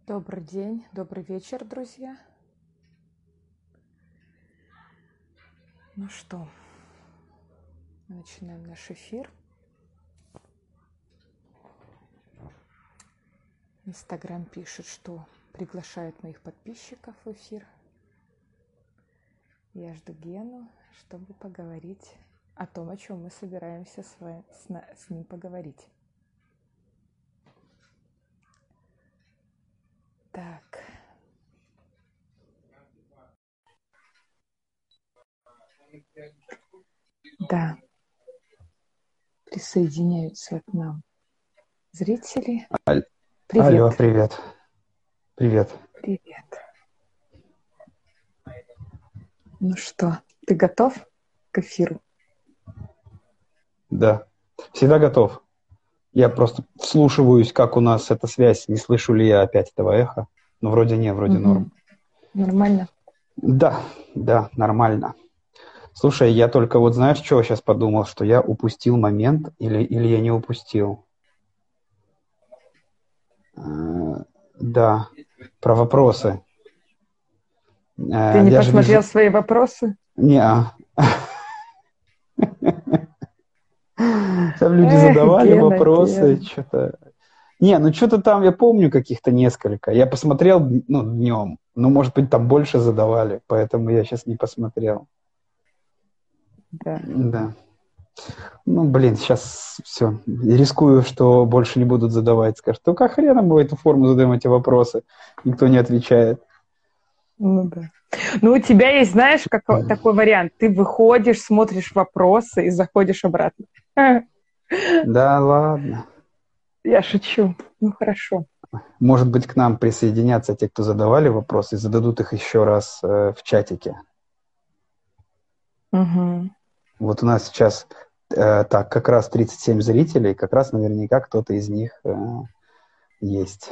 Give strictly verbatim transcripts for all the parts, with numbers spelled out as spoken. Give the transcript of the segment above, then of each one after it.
Добрый день, добрый вечер, друзья. Ну что, мы начинаем наш эфир. Инстаграм пишет, что приглашает моих подписчиков в эфир. Я жду Гену, чтобы поговорить о том, о чем мы собираемся с, вами, с, с ним поговорить. Так. Да. Присоединяются к нам зрители. Аль... Привет. Алло, привет. Привет. Привет. Ну что, ты готов к эфиру? Да. Всегда готов. Я просто вслушиваюсь, как у нас эта связь. Не слышу ли я опять этого эха? Ну, вроде не, вроде Угу. норм. Нормально? Да, да, нормально. Слушай, я только вот знаешь, что сейчас подумал? Что я упустил момент или, или я не упустил? Да, про вопросы. Ты не я посмотрел вижу... свои вопросы? Не-а. Там люди Эх, задавали Гена, вопросы, Гена. что-то... Не, ну что-то там, я помню каких-то несколько. Я посмотрел, ну, днем. Ну, может быть, там больше задавали, поэтому я сейчас не посмотрел. Да. Да. Ну, блин, сейчас все. Рискую, что больше не будут задавать. Скажут, ну, как хрена мы в эту форму задаем эти вопросы? Никто не отвечает. Ну да. Ну, у тебя есть, знаешь, как, такой вариант. Ты выходишь, смотришь вопросы и заходишь обратно. Да, ладно. Я шучу. Ну, хорошо. Может быть, к нам присоединятся те, кто задавали вопросы, и зададут их еще раз э, в чатике. Угу. Вот у нас сейчас э, так как раз тридцать семь зрителей, как раз наверняка кто-то из них э, есть.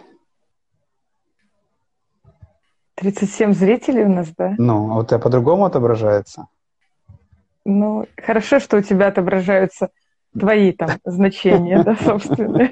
тридцать семь зрителей у нас, да? Ну, а у тебя по-другому отображается? Ну, хорошо, что у тебя отображаются твои там значения, да, собственно.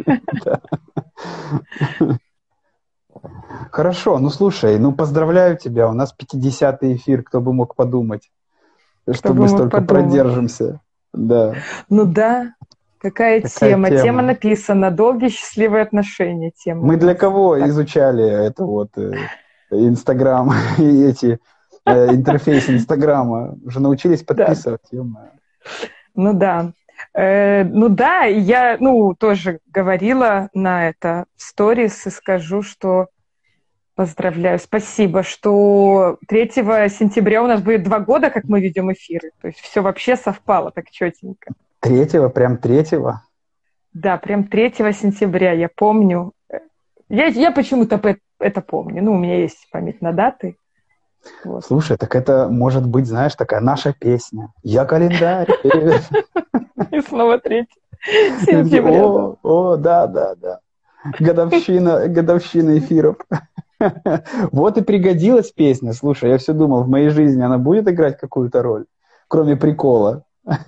Хорошо, ну слушай, ну поздравляю тебя, у нас пятидесятый эфир, кто бы мог подумать, что мы столько продержимся. Да. Ну да, какая, Какая тема? тема? Тема написана «Долгие счастливые отношения». Тема мы у для нас. кого Так. изучали это вот Инстаграм и эти э, интерфейс Инстаграма? Уже научились подписывать. Да. Ну да. Э, ну да, я ну, тоже говорила на это в сторис и скажу, что поздравляю, спасибо, что третьего сентября у нас будет два года, как мы ведем эфиры. То есть все вообще совпало так четенько. Третьего? Прям третьего? Да, прям третьего сентября, я помню. Я, я почему-то это помню. Ну, у меня есть память на даты. Вот. Слушай, так это может быть, знаешь, такая наша песня. Я календарь. И снова третьего сентября. О, о, да, да, да. Годовщина, годовщина эфиров. Вот и пригодилась песня. Слушай, я все думал, в моей жизни она будет играть какую-то роль, кроме прикола.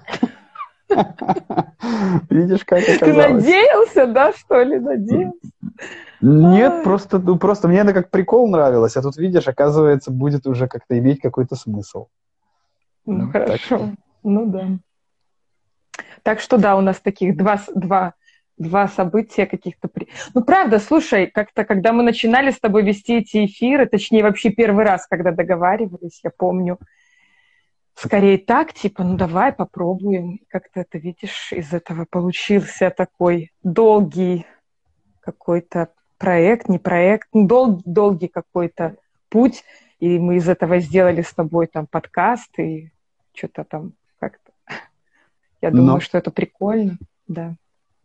Видишь, как оказалось. Ты надеялся, да, что ли, надеялся? Нет, просто, ну, просто мне это как прикол нравилось, а тут, видишь, оказывается, будет уже как-то иметь какой-то смысл. Ну, хорошо, что... ну да. Так что да, у нас таких два, два, два события каких-то... Ну, правда, слушай, как-то, когда мы начинали с тобой вести эти эфиры, точнее, вообще первый раз, когда договаривались, я помню, скорее так, типа, ну, давай попробуем. Как-то это, видишь, из этого получился такой долгий какой-то проект, не проект, ну, долгий, долгий какой-то путь, и мы из этого сделали с тобой там подкаст, и что-то там как-то... Я думаю, Но... что это прикольно, да.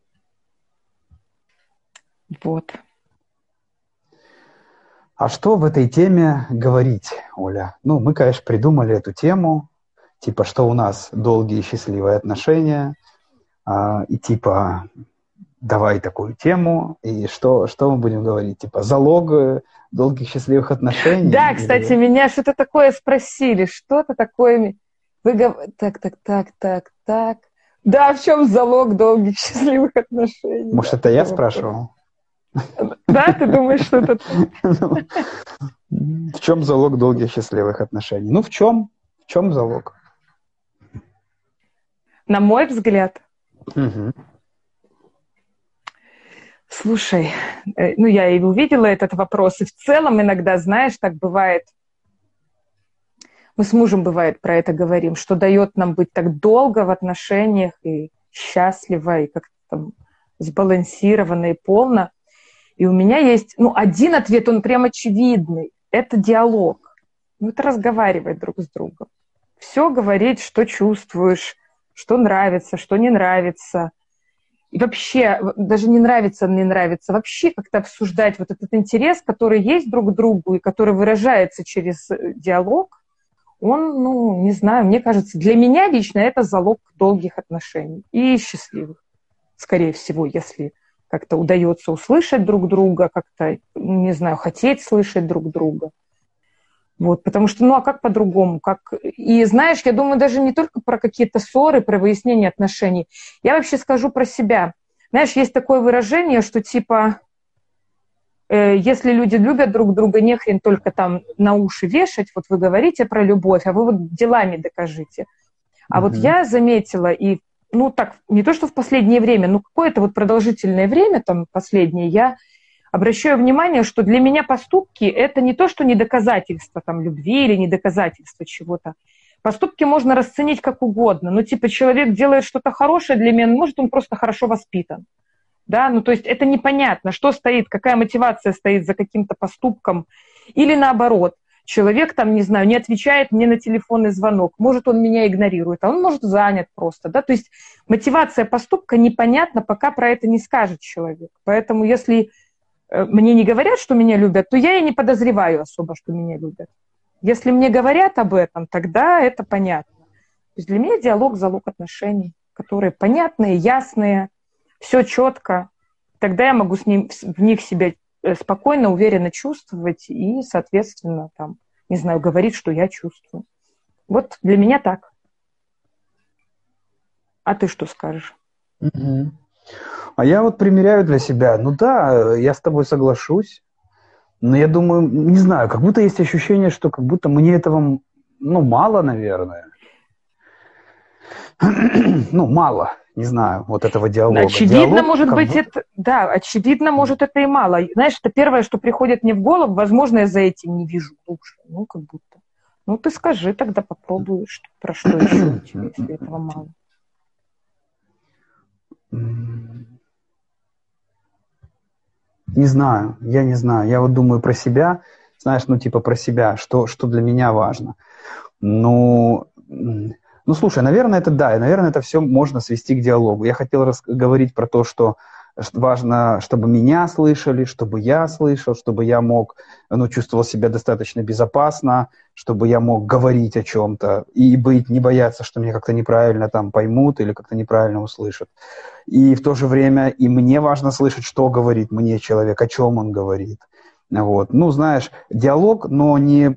Вот. А что в этой теме говорить, Оля? Ну, мы, конечно, придумали эту тему, типа, что у нас долгие и счастливые отношения, а, и типа, давай такую тему, и что, что мы будем говорить? Типа, залог долгих счастливых отношений? Да, кстати, или... меня что-то такое спросили, что-то такое... Вы гов... Так, так, так, так, так... Да, в чем залог долгих счастливых отношений? Может, да, это я спрашивал? Да, ты думаешь, что это... В чем залог долгих счастливых отношений? Ну, в чем? В чем залог? На мой взгляд. Угу. Слушай, ну я и увидела этот вопрос, и в целом иногда, знаешь, так бывает, мы с мужем, бывает, про это говорим, что дает нам быть так долго в отношениях и счастливо, и как-то там сбалансированно и полно. И у меня есть, ну, один ответ, он прям очевидный, это диалог. Ну, это разговаривать друг с другом. Все говорить, что чувствуешь, что нравится, что не нравится. И вообще, даже не нравится, не нравится, вообще как-то обсуждать вот этот интерес, который есть друг к другу и который выражается через диалог, он, ну, не знаю, мне кажется, для меня лично это залог долгих отношений и счастливых, скорее всего, если как-то удается услышать друг друга, как-то, не знаю, хотеть слышать друг друга. Вот, потому что, ну, а как по-другому? Как... И знаешь, я думаю, даже не только про какие-то ссоры, про выяснение отношений. Я вообще скажу про себя. Знаешь, есть такое выражение, что типа, э, если люди любят друг друга, не хрен только там на уши вешать, вот вы говорите про любовь, а вы вот делами докажите. А mm-hmm. вот я заметила, и, ну, так, не то, что в последнее время, но какое-то вот продолжительное время, там, последнее, я... обращаю внимание, что для меня поступки – это не то, что не доказательство там, любви или не доказательство чего-то. Поступки можно расценить как угодно. Ну, типа, человек делает что-то хорошее для меня, может, он просто хорошо воспитан. Да? Ну, то есть это непонятно, что стоит, какая мотивация стоит за каким-то поступком. Или наоборот, человек там, не знаю, не отвечает мне на телефонный звонок, может, он меня игнорирует, а он, может, занят просто. Да? То есть мотивация поступка непонятна, пока про это не скажет человек. Поэтому если... мне не говорят, что меня любят, то я и не подозреваю особо, что меня любят. Если мне говорят об этом, тогда это понятно. То есть для меня диалог – залог отношений, которые понятные, ясные, все четко. Тогда я могу с ним, в них себя спокойно, уверенно чувствовать и, соответственно, там, не знаю, говорить, что я чувствую. Вот для меня так. А ты что скажешь? Mm-hmm. А я вот примеряю для себя. Ну да, я с тобой соглашусь. Но я думаю, не знаю, как будто есть ощущение, что как будто мне этого, ну, мало, наверное. Ну, мало, не знаю, вот этого диалога. Очевидно, Диалог, может быть, будто... это... Да, очевидно, может, это и мало. Знаешь, это первое, что приходит мне в голову. Возможно, я за этим не вижу лучше. Ну, как будто. Ну, ты скажи тогда, попробуй, что, про что еще у тебя, если этого мало. Не знаю, я не знаю. Я вот думаю про себя, знаешь, ну типа про себя, что, что для меня важно. Ну, ну, слушай, наверное, это да, и, наверное, это все можно свести к диалогу. Я хотел рас- говорить про то, что важно, чтобы меня слышали, чтобы я слышал, чтобы я мог, ну, чувствовал себя достаточно безопасно, чтобы я мог говорить о чем-то и быть, не бояться, что меня как-то неправильно там поймут или как-то неправильно услышат. И в то же время и мне важно слышать, что говорит мне человек, о чем он говорит. Вот. Ну, знаешь, диалог, но не...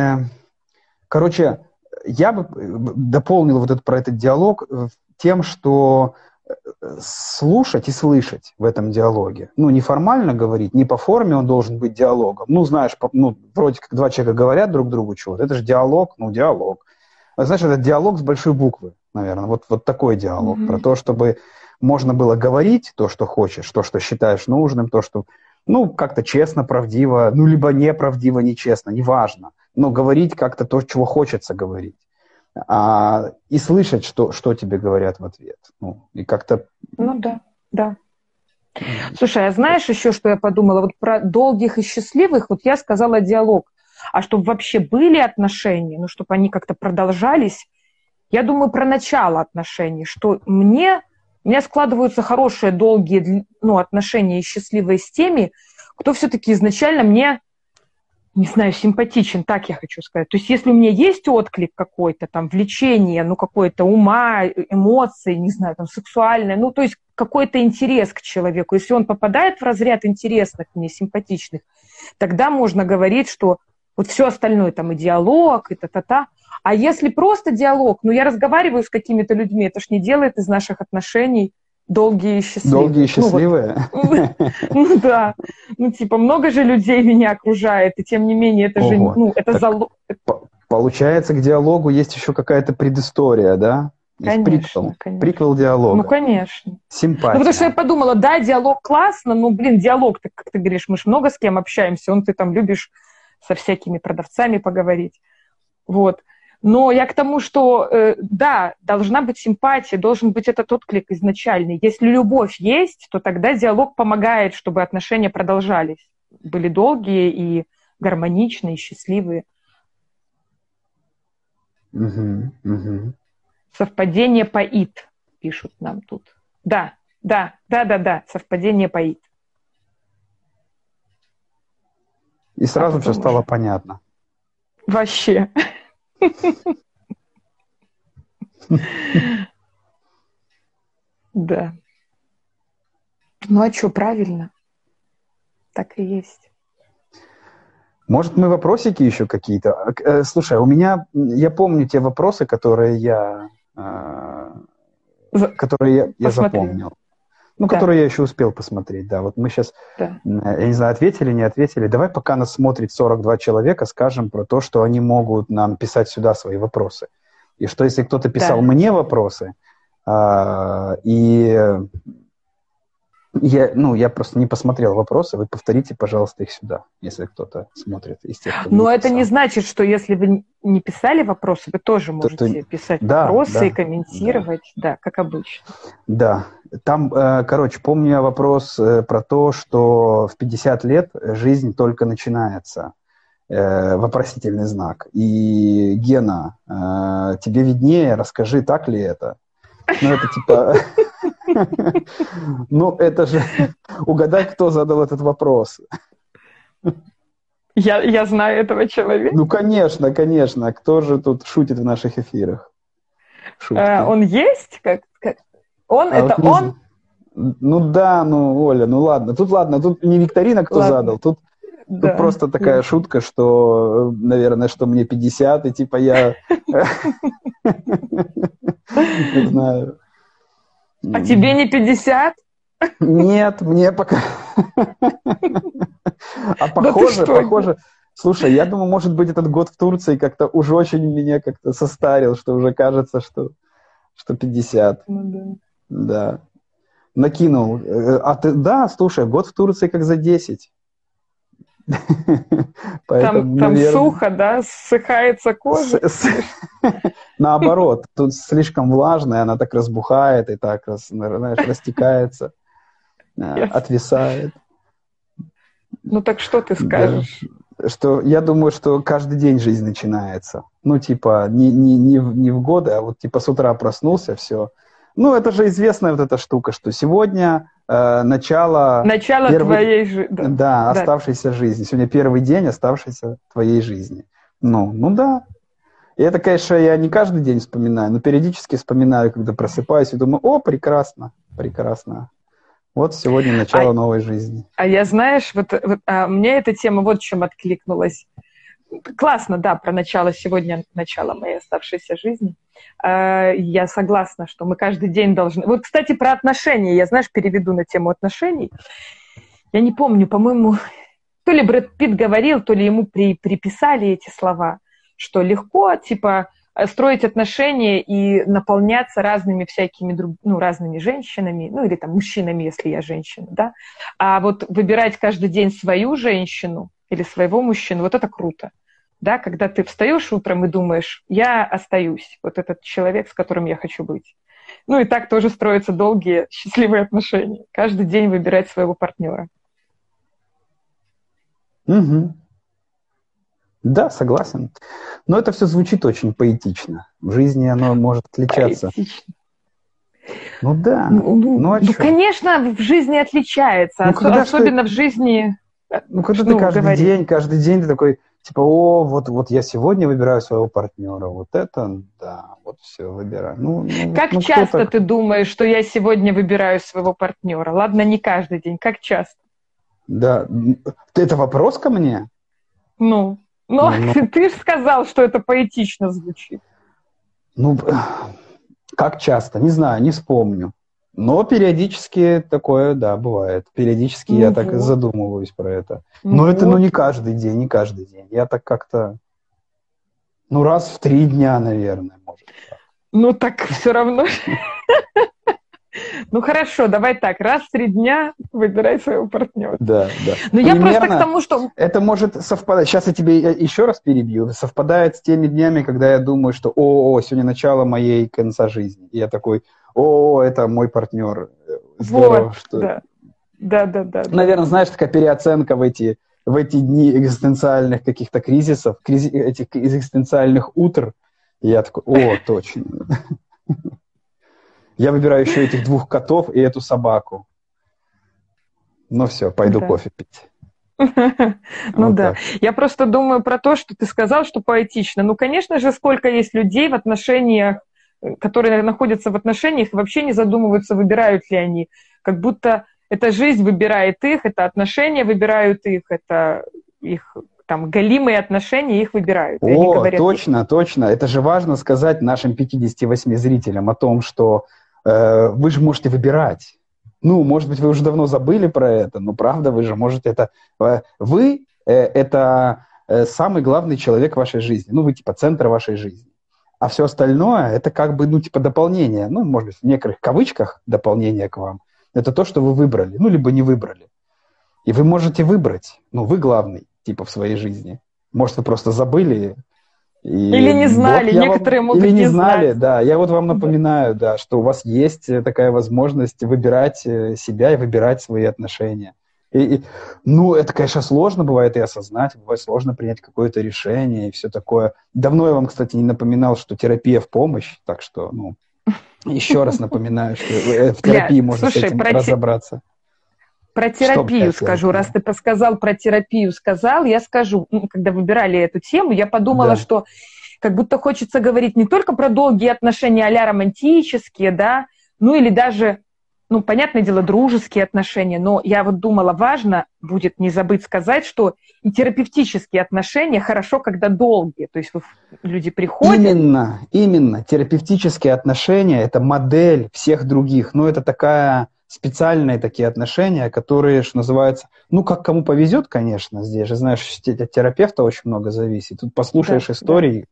Короче, я бы дополнил вот это, про этот диалог тем, что слушать и слышать в этом диалоге. Ну, не формально говорить, не по форме он должен быть диалогом. Ну, знаешь, по, ну, вроде как два человека говорят друг другу чего-то, это же диалог, ну, диалог. А, знаешь, это диалог с большой буквы, наверное, вот, вот такой диалог, mm-hmm. про то, чтобы можно было говорить то, что хочешь, то, что считаешь нужным, то, что, ну, как-то честно, правдиво, ну, либо неправдиво, нечестно, неважно, но говорить как-то то, чего хочется говорить. А, и слышать, что, что тебе говорят в ответ. Ну, и как-то... Ну да, да. Слушай, а знаешь еще, что я подумала? Вот про долгих и счастливых, вот я сказала диалог. А чтобы вообще были отношения, ну, чтобы они как-то продолжались, я думаю про начало отношений, что мне, у меня складываются хорошие, долгие, ну, отношения и счастливые с теми, кто все-таки изначально мне... не знаю, симпатичен, так я хочу сказать. То есть если у меня есть отклик какой-то, там, влечение, ну, какое-то ума, эмоции, не знаю, там, сексуальное, ну, то есть какой-то интерес к человеку, если он попадает в разряд интересных мне, симпатичных, тогда можно говорить, что вот все остальное, там, и диалог, и та-та-та. А если просто диалог, ну, я разговариваю с какими-то людьми, это ж не делает из наших отношений Долгие и счастливые. Долгие и счастливые? Ну да. Ну типа много же людей меня окружает, и тем не менее это же, ну, это залог. Получается, к диалогу есть еще какая-то предыстория, да? Конечно, конечно. Приквел диалога. Ну, конечно. Симпатия. Ну, потому что я подумала, да, диалог классно, ну, блин, диалог, ты, как ты говоришь, мы же много с кем общаемся, он ты там любишь со всякими продавцами поговорить. Вот. Но я к тому, что, э, да, должна быть симпатия, должен быть этот отклик изначальный. Если любовь есть, то тогда диалог помогает, чтобы отношения продолжались. Были долгие и гармоничные, и счастливые. Угу, угу. Совпадение поит, пишут нам тут. Да, да, да, да, да, совпадение поит. И сразу а все стало уже понятно. Вообще. Да. Ну а что, правильно? Так и есть. Может, мы вопросики еще какие-то? Слушай, у меня, я помню те вопросы, которые я, которые я, я запомнил. Ну, да. Которые я еще успел посмотреть, да. Вот мы сейчас, да. я не знаю, ответили, не ответили. Давай, пока нас смотрит сорок два человека, скажем про то, что они могут нам писать сюда свои вопросы. И что, если кто-то писал да. мне вопросы, а, и я, ну, я просто не посмотрел вопросы, вы повторите, пожалуйста, их сюда, если кто-то смотрит из тех, кто Но это писал. Не значит, что если вы не писали вопросы, вы тоже можете то, писать да, вопросы да, и комментировать, да. да, как обычно. Да, там, короче, помню я вопрос про то, что в пятьдесят лет жизнь только начинается, вопросительный знак. И, Гена, тебе виднее, расскажи, так ли это? Ну, это типа... Ну, это же... Угадай, кто задал этот вопрос. Я, я знаю этого человека. Ну, конечно, конечно. Кто же тут шутит в наших эфирах? А, он есть? Как, как... Он? А это вот он? Не... Ну да, ну, Оля, ну ладно. Тут ладно, тут не викторина, кто ладно. задал. Тут, да. тут просто такая есть. Шутка, что, наверное, что мне пятьдесят, и типа я... Не знаю. А тебе не пятьдесят? Нет, мне пока... А похоже, похоже... Слушай, я думаю, может быть, этот год в Турции как-то уже очень меня как-то состарил, что уже кажется, что, что пятьдесят. Ну, да. Да. Накинул. А ты, да, слушай, год в Турции как за десять. Поэтому, там, там наверное... сухо, да, ссыхается кожа. С, с... Наоборот, тут слишком влажная, она так разбухает и так, знаешь, растекается, yes. отвисает. Ну так что ты скажешь? Да. Что, я думаю, что каждый день жизнь начинается. Ну, типа, не, не, не, в, не в годы, а вот типа с утра проснулся, все. Ну, это же известная вот эта штука, что сегодня э, начало... Начало первый, твоей жизни. Да, да, оставшейся да. жизни. Сегодня первый день оставшейся твоей жизни. Ну, ну да. И это, конечно, я не каждый день вспоминаю, но периодически вспоминаю, когда просыпаюсь и думаю, о, прекрасно, прекрасно. Вот сегодня начало а, новой жизни. А я, знаешь, вот, вот а мне эта тема вот чем откликнулась. Классно, да, про начало сегодня, начало моей оставшейся жизни. Я согласна, что мы каждый день должны... Вот, кстати, про отношения. Я, знаешь, переведу на тему отношений. Я не помню, по-моему, то ли Брэд Питт говорил, то ли ему при, приписали эти слова, что легко, типа, строить отношения и наполняться разными всякими, ну, разными женщинами, ну, или там мужчинами, если я женщина, да. А вот выбирать каждый день свою женщину или своего мужчину, вот это круто. Да, когда ты встаешь утром и думаешь, я остаюсь, вот этот человек, с которым я хочу быть. Ну и так тоже строятся долгие, счастливые отношения. Каждый день выбирать своего партнера. Угу. Да, согласен. Но это все звучит очень поэтично. В жизни оно может отличаться. Поэтично. Ну да. Ну, ну, ну, а ну конечно, в жизни отличается. Ну, Ос- особенно ты... в жизни... Ну, когда ну, ты каждый говори. день, каждый день ты такой, типа, о, вот, вот я сегодня выбираю своего партнера, вот это, да, вот все, выбираю. Ну, ну, как ну, часто так... ты думаешь, что я сегодня выбираю своего партнера? Ладно, не каждый день, как часто? Да, это вопрос ко мне? Ну, но ну, ну... ты же сказал, что это поэтично звучит. Ну, как часто? Не знаю, не вспомню. Но периодически такое, да, бывает. Периодически ну я вот. так задумываюсь про это. Ну Но вот. это, ну, не каждый день, не каждый день. Я так как-то, ну, раз в три дня, наверное, может. Ну, так все равно. Ну, хорошо, давай так. Раз в три дня выбирай своего партнера. Да, да. Но я просто к тому, что... Это может совпадать. Сейчас я тебе еще раз перебью. Совпадает с теми днями, когда я думаю, что о, сегодня начало моей конца жизни. И я такой, о, это мой партнер. Здорово, вот, что... Да, да, да. да Наверное, да. знаешь, такая переоценка в эти, в эти дни экзистенциальных каких-то кризисов, кризи... этих экзистенциальных утр. И я такой, о, точно. Я выбираю еще этих двух котов и эту собаку. Ну все, пойду да. кофе пить. Ну вот да. Так. Я просто думаю про то, что ты сказал, что поэтично. Ну, конечно же, сколько есть людей в отношениях, которые находятся в отношениях и вообще не задумываются, выбирают ли они. Как будто эта жизнь выбирает их, это отношения выбирают их, это их там голимые отношения, их выбирают. О, говорят, точно, их... точно. Это же важно сказать нашим пятидесяти восьми зрителям о том, что э, вы же можете выбирать. Ну, может быть, вы уже давно забыли про это, но правда, вы же можете это... Э, вы э, – это э, самый главный человек в вашей жизни. Ну, вы типа центр вашей жизни. А все остальное – это как бы, ну, типа дополнение. Ну, может быть, в некоторых кавычках дополнение к вам. Это то, что вы выбрали, ну, либо не выбрали. И вы можете выбрать. Ну, вы главный, типа, в своей жизни. Может, вы просто забыли. И или не знали, вот некоторые вам, могут или не, не знали, знать. Да. Я вот вам напоминаю, да, что у вас есть такая возможность выбирать себя и выбирать свои отношения. И, и, ну, это, конечно, сложно бывает и осознать, бывает сложно принять какое-то решение и все такое. Давно я вам, кстати, не напоминал, что терапия в помощь, так что, ну, еще раз напоминаю, что в терапии можно с этим разобраться. Про терапию скажу. Раз ты сказал про терапию, сказал, я скажу. Когда выбирали эту тему, я подумала, да. что как будто хочется говорить не только про долгие отношения а-ля романтические, да, ну или даже, ну, понятное дело, дружеские отношения, но я вот думала, важно будет не забыть сказать, что и терапевтические отношения хорошо, когда долгие. То есть люди приходят... Именно, именно. Терапевтические отношения – это модель всех других. Ну, это такая... специальные такие отношения, которые, что называется, ну, как кому повезет, конечно, здесь же, знаешь, от терапевта очень много зависит. Тут послушаешь да, истории,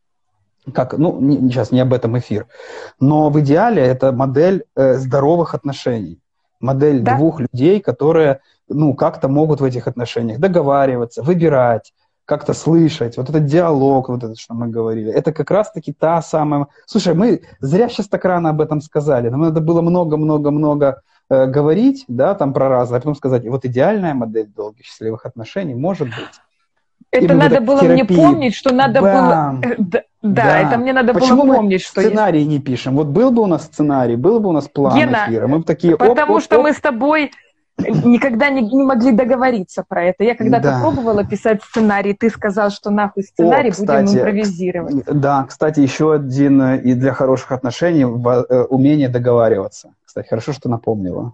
да. как, ну, не, сейчас не об этом эфир, но в идеале это модель э, здоровых отношений, модель да. двух людей, которые, ну, как-то могут в этих отношениях договариваться, выбирать, как-то слышать, вот этот диалог, вот это, что мы говорили, это как раз-таки та самая... Слушай, мы зря сейчас так рано об этом сказали, нам надо было много-много-много э, говорить, да, там про разное, а потом сказать, вот идеальная модель долгих счастливых отношений может быть. Это именно надо было терапии. Мне помнить, что надо Бам! было... Да, да, да, это мне надо Почему было помнить, что... Почему мы сценарий есть... не пишем? Вот был бы у нас сценарий, был бы у нас план Гена, эфира, мы бы такие... Потому оп, что оп, мы с тобой... никогда не, не могли договориться про это. Я когда-то да. пробовала писать сценарий, ты сказал, что нахуй сценарий, О, кстати, будем импровизировать. Да, кстати, еще один и для хороших отношений умение договариваться. Кстати, хорошо, что напомнила.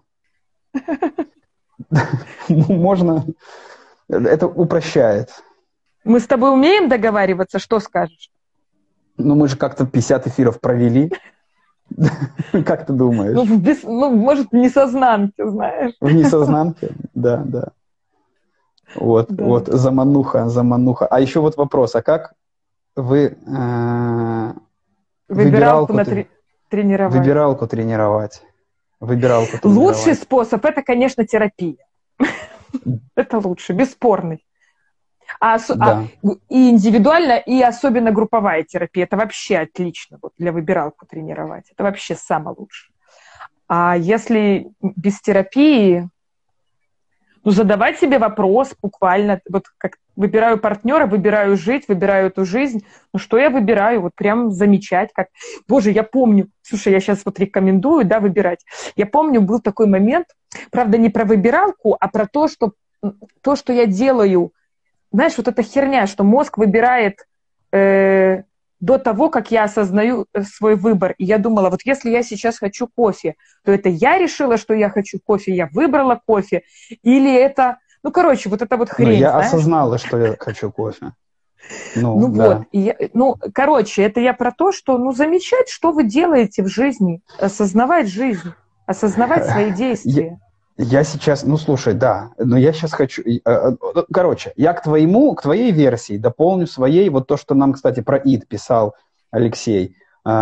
Можно... Это упрощает. Мы с тобой умеем договариваться? Что скажешь? Ну, мы же как-то пятьдесят эфиров провели. Как ты думаешь? Ну, без, ну, может, в несознанке, знаешь. В несознанке? Да, да. Вот, да. вот, замануха, замануха. А еще вот вопрос, а как вы э, выбиралку, выбиралку трени- тренировать? Выбиралку тренировать. Выбиралку тренировать. Лучший способ – это, конечно, терапия. Это лучше, бесспорный. А, да. а, и индивидуально, и особенно групповая терапия. Это вообще отлично вот, для выбиралку тренировать. Это вообще самое лучшее. А если без терапии, ну, задавать себе вопрос буквально, вот как выбираю партнера, выбираю жить, выбираю эту жизнь, ну, что я выбираю? Вот прям замечать, как, боже, я помню, слушай, я сейчас вот рекомендую, да, выбирать. Я помню, был такой момент, правда, не про выбиралку, а про то, что то, что я делаю. Знаешь, вот эта херня, что мозг выбирает э, до того, как я осознаю свой выбор. И я думала, вот если я сейчас хочу кофе, то это я решила, что я хочу кофе, я выбрала кофе, или это... Ну, короче, вот это вот хрень, ну, я знаешь? осознала, что я хочу кофе. Ну, ну да. вот, и я, ну, короче, это я про то, что, ну, замечать, что вы делаете в жизни, осознавать жизнь. осознавать свои действия. Я, я сейчас, ну слушай, да, но я сейчас хочу, короче, я к твоему, к твоей версии дополню своей, вот то, что нам, кстати, про ид писал Алексей.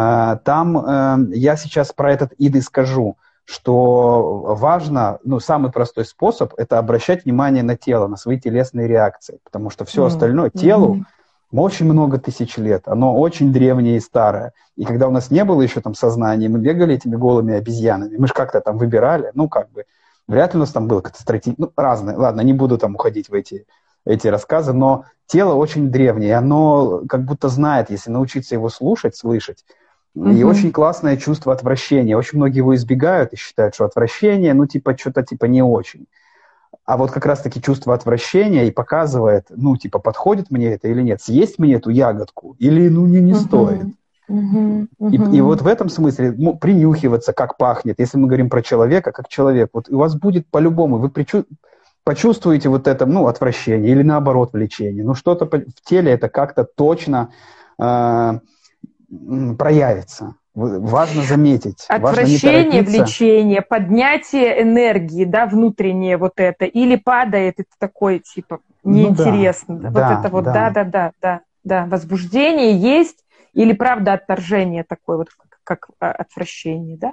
Там я сейчас про этот ид и скажу, что важно, ну, самый простой способ – это обращать внимание на тело, на свои телесные реакции, потому что все mm-hmm. остальное телу mm-hmm. очень много тысяч лет, оно очень древнее и старое. И когда у нас не было еще там сознания, мы бегали этими голыми обезьянами, мы же как-то там выбирали, ну, как бы, вряд ли у нас там было как-то стратегия, ну, разное, ладно, не буду там уходить в эти, эти рассказы, но тело очень древнее, оно как будто знает, если научиться его слушать, слышать. Mm-hmm. И очень классное чувство отвращения. Очень многие его избегают и считают, что отвращение, ну, типа, что-то, типа, не очень. А вот как раз-таки чувство отвращения и показывает, ну, типа, подходит мне это или нет, съесть мне эту ягодку или, ну, не, не mm-hmm. стоит. Mm-hmm. Mm-hmm. И, и вот в этом смысле ну, принюхиваться, как пахнет. Если мы говорим про человека, как человек, вот у вас будет по-любому, вы причу... почувствуете вот это, ну, отвращение или, наоборот, влечение. Ну, что-то в теле это как-то точно... Э- проявится. Важно заметить. Отвращение, влечение, поднятие энергии, да, внутреннее вот это, или падает, это такое, типа, неинтересно. Ну, да, вот да, это вот, да-да-да, да, да, возбуждение есть, или, правда, отторжение такое, вот как, как отвращение, да?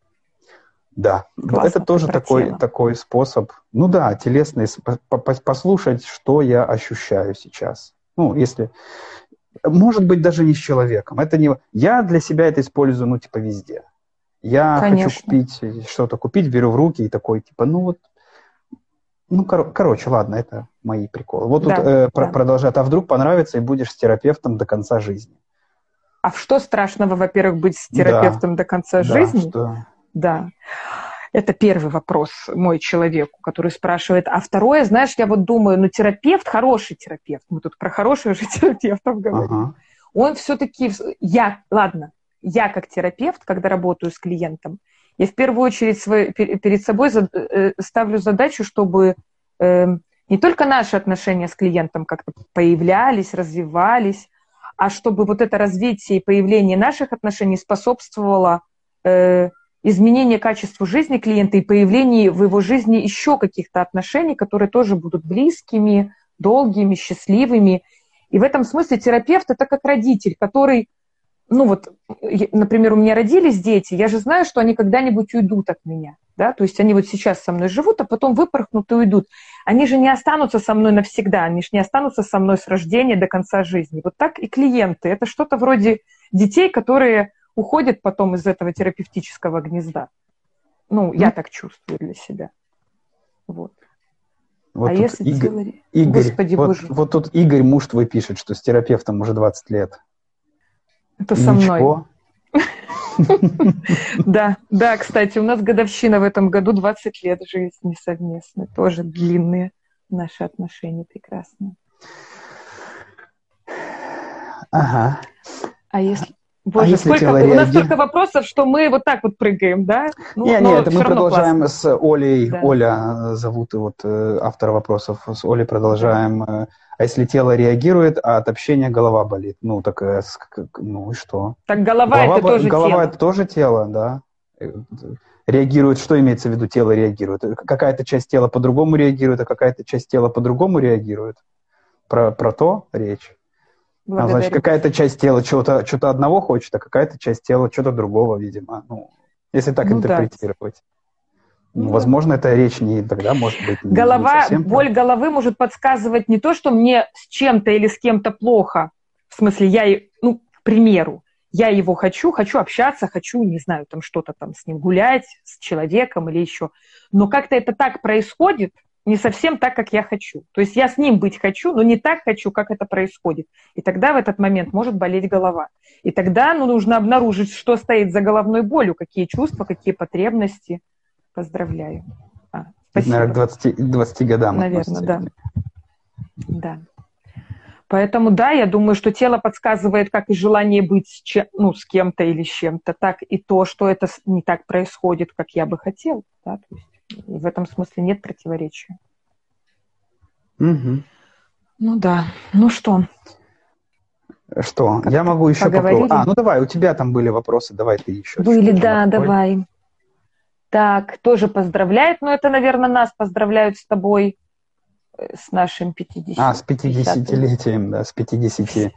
Да, классно, это тоже такой, такой способ, ну да, телесный, послушать, что я ощущаю сейчас. Ну, если... Может быть, даже не с человеком. Это не... Я для себя это использую, ну, типа, везде. Я Конечно. хочу купить, что-то купить, беру в руки и такой, типа, ну, вот... Ну, кор... короче, ладно, это мои приколы. Вот да, тут э, да. продолжают. А вдруг понравится и будешь с терапевтом до конца жизни? А что страшного, во-первых, быть с терапевтом да. до конца да, жизни? Что... Да. Это первый вопрос мой человеку, который спрашивает. А второе, знаешь, я вот думаю, ну, терапевт, хороший терапевт, мы тут про хороших же терапевтов говорим, ага. он все-таки, я, ладно, я как терапевт, когда работаю с клиентом, я в первую очередь свой, перед собой ставлю задачу, чтобы э, не только наши отношения с клиентом как-то появлялись, развивались, а чтобы вот это развитие и появление наших отношений способствовало э, изменение качества жизни клиента и появление в его жизни еще каких-то отношений, которые тоже будут близкими, долгими, счастливыми. И в этом смысле терапевт – это как родитель, который, ну вот, например, у меня родились дети, я же знаю, что они когда-нибудь уйдут от меня, да, то есть они вот сейчас со мной живут, а потом выпорхнут и уйдут. Они же не останутся со мной навсегда, они же не останутся со мной с рождения до конца жизни. Вот так и клиенты. Это что-то вроде детей, которые... уходит потом из этого терапевтического гнезда. Ну, я так чувствую для себя. Вот. Вот а тут если Игорь, тело... Игорь, Господи вот, Боже. Вот тут Игорь, муж твой, пишет, что с терапевтом уже двадцать лет. Это со мной. Да, да, кстати, у нас годовщина в этом году, двадцать лет жизни совместной. Тоже длинные наши отношения, прекрасные. Ага. А если... Боже, а сколько, у нас столько вопросов, что мы вот так вот прыгаем, да? Ну, нет, нет, мы продолжаем классно. С Олей. Да. Оля зовут вот автора вопросов. С Олей продолжаем. Да. А если тело реагирует, а от общения голова болит? Ну, так, ну и что? Так голова, голова это тоже голова тело. Голова это тоже тело, да. Реагирует, что имеется в виду тело реагирует? Какая-то часть тела по-другому реагирует, а какая-то часть тела по-другому реагирует? Про, про то речь? А, значит, какая-то часть тела чего-то, что-то одного хочет, а какая-то часть тела что-то другого, видимо. Ну, если так ну, интерпретировать. Да. Ну, возможно, это речь не тогда, может быть, не, голова, не совсем боль так. Головы может подсказывать не то, что мне с чем-то или с кем-то плохо. В смысле, я, ну, к примеру, я его хочу, хочу общаться, хочу, не знаю, там что-то там с ним гулять, с человеком или еще. Но как-то это так происходит, не совсем так, как я хочу. То есть я с ним быть хочу, но не так хочу, как это происходит. И тогда в этот момент может болеть голова. И тогда ну, нужно обнаружить, что стоит за головной болью, какие чувства, какие потребности. Поздравляю. А, спасибо. Наверное, к двадцати, двадцати годам. Наверное, да. Да. Поэтому, да, я думаю, что тело подсказывает, как и желание быть с, чем, ну, с кем-то или с чем-то, так и то, что это не так происходит, как я бы хотел. Да? То есть и в этом смысле нет противоречия. Угу. Ну да. Ну что? Что? Как я могу еще попробовать. А, ну давай, у тебя там были вопросы, давай ты еще. Были, да, давай. Так, тоже поздравляет, но это, наверное, нас поздравляют с тобой, с нашим пятидесятилетием. А, с пятидесятилетием, да, с пятидесятилетием.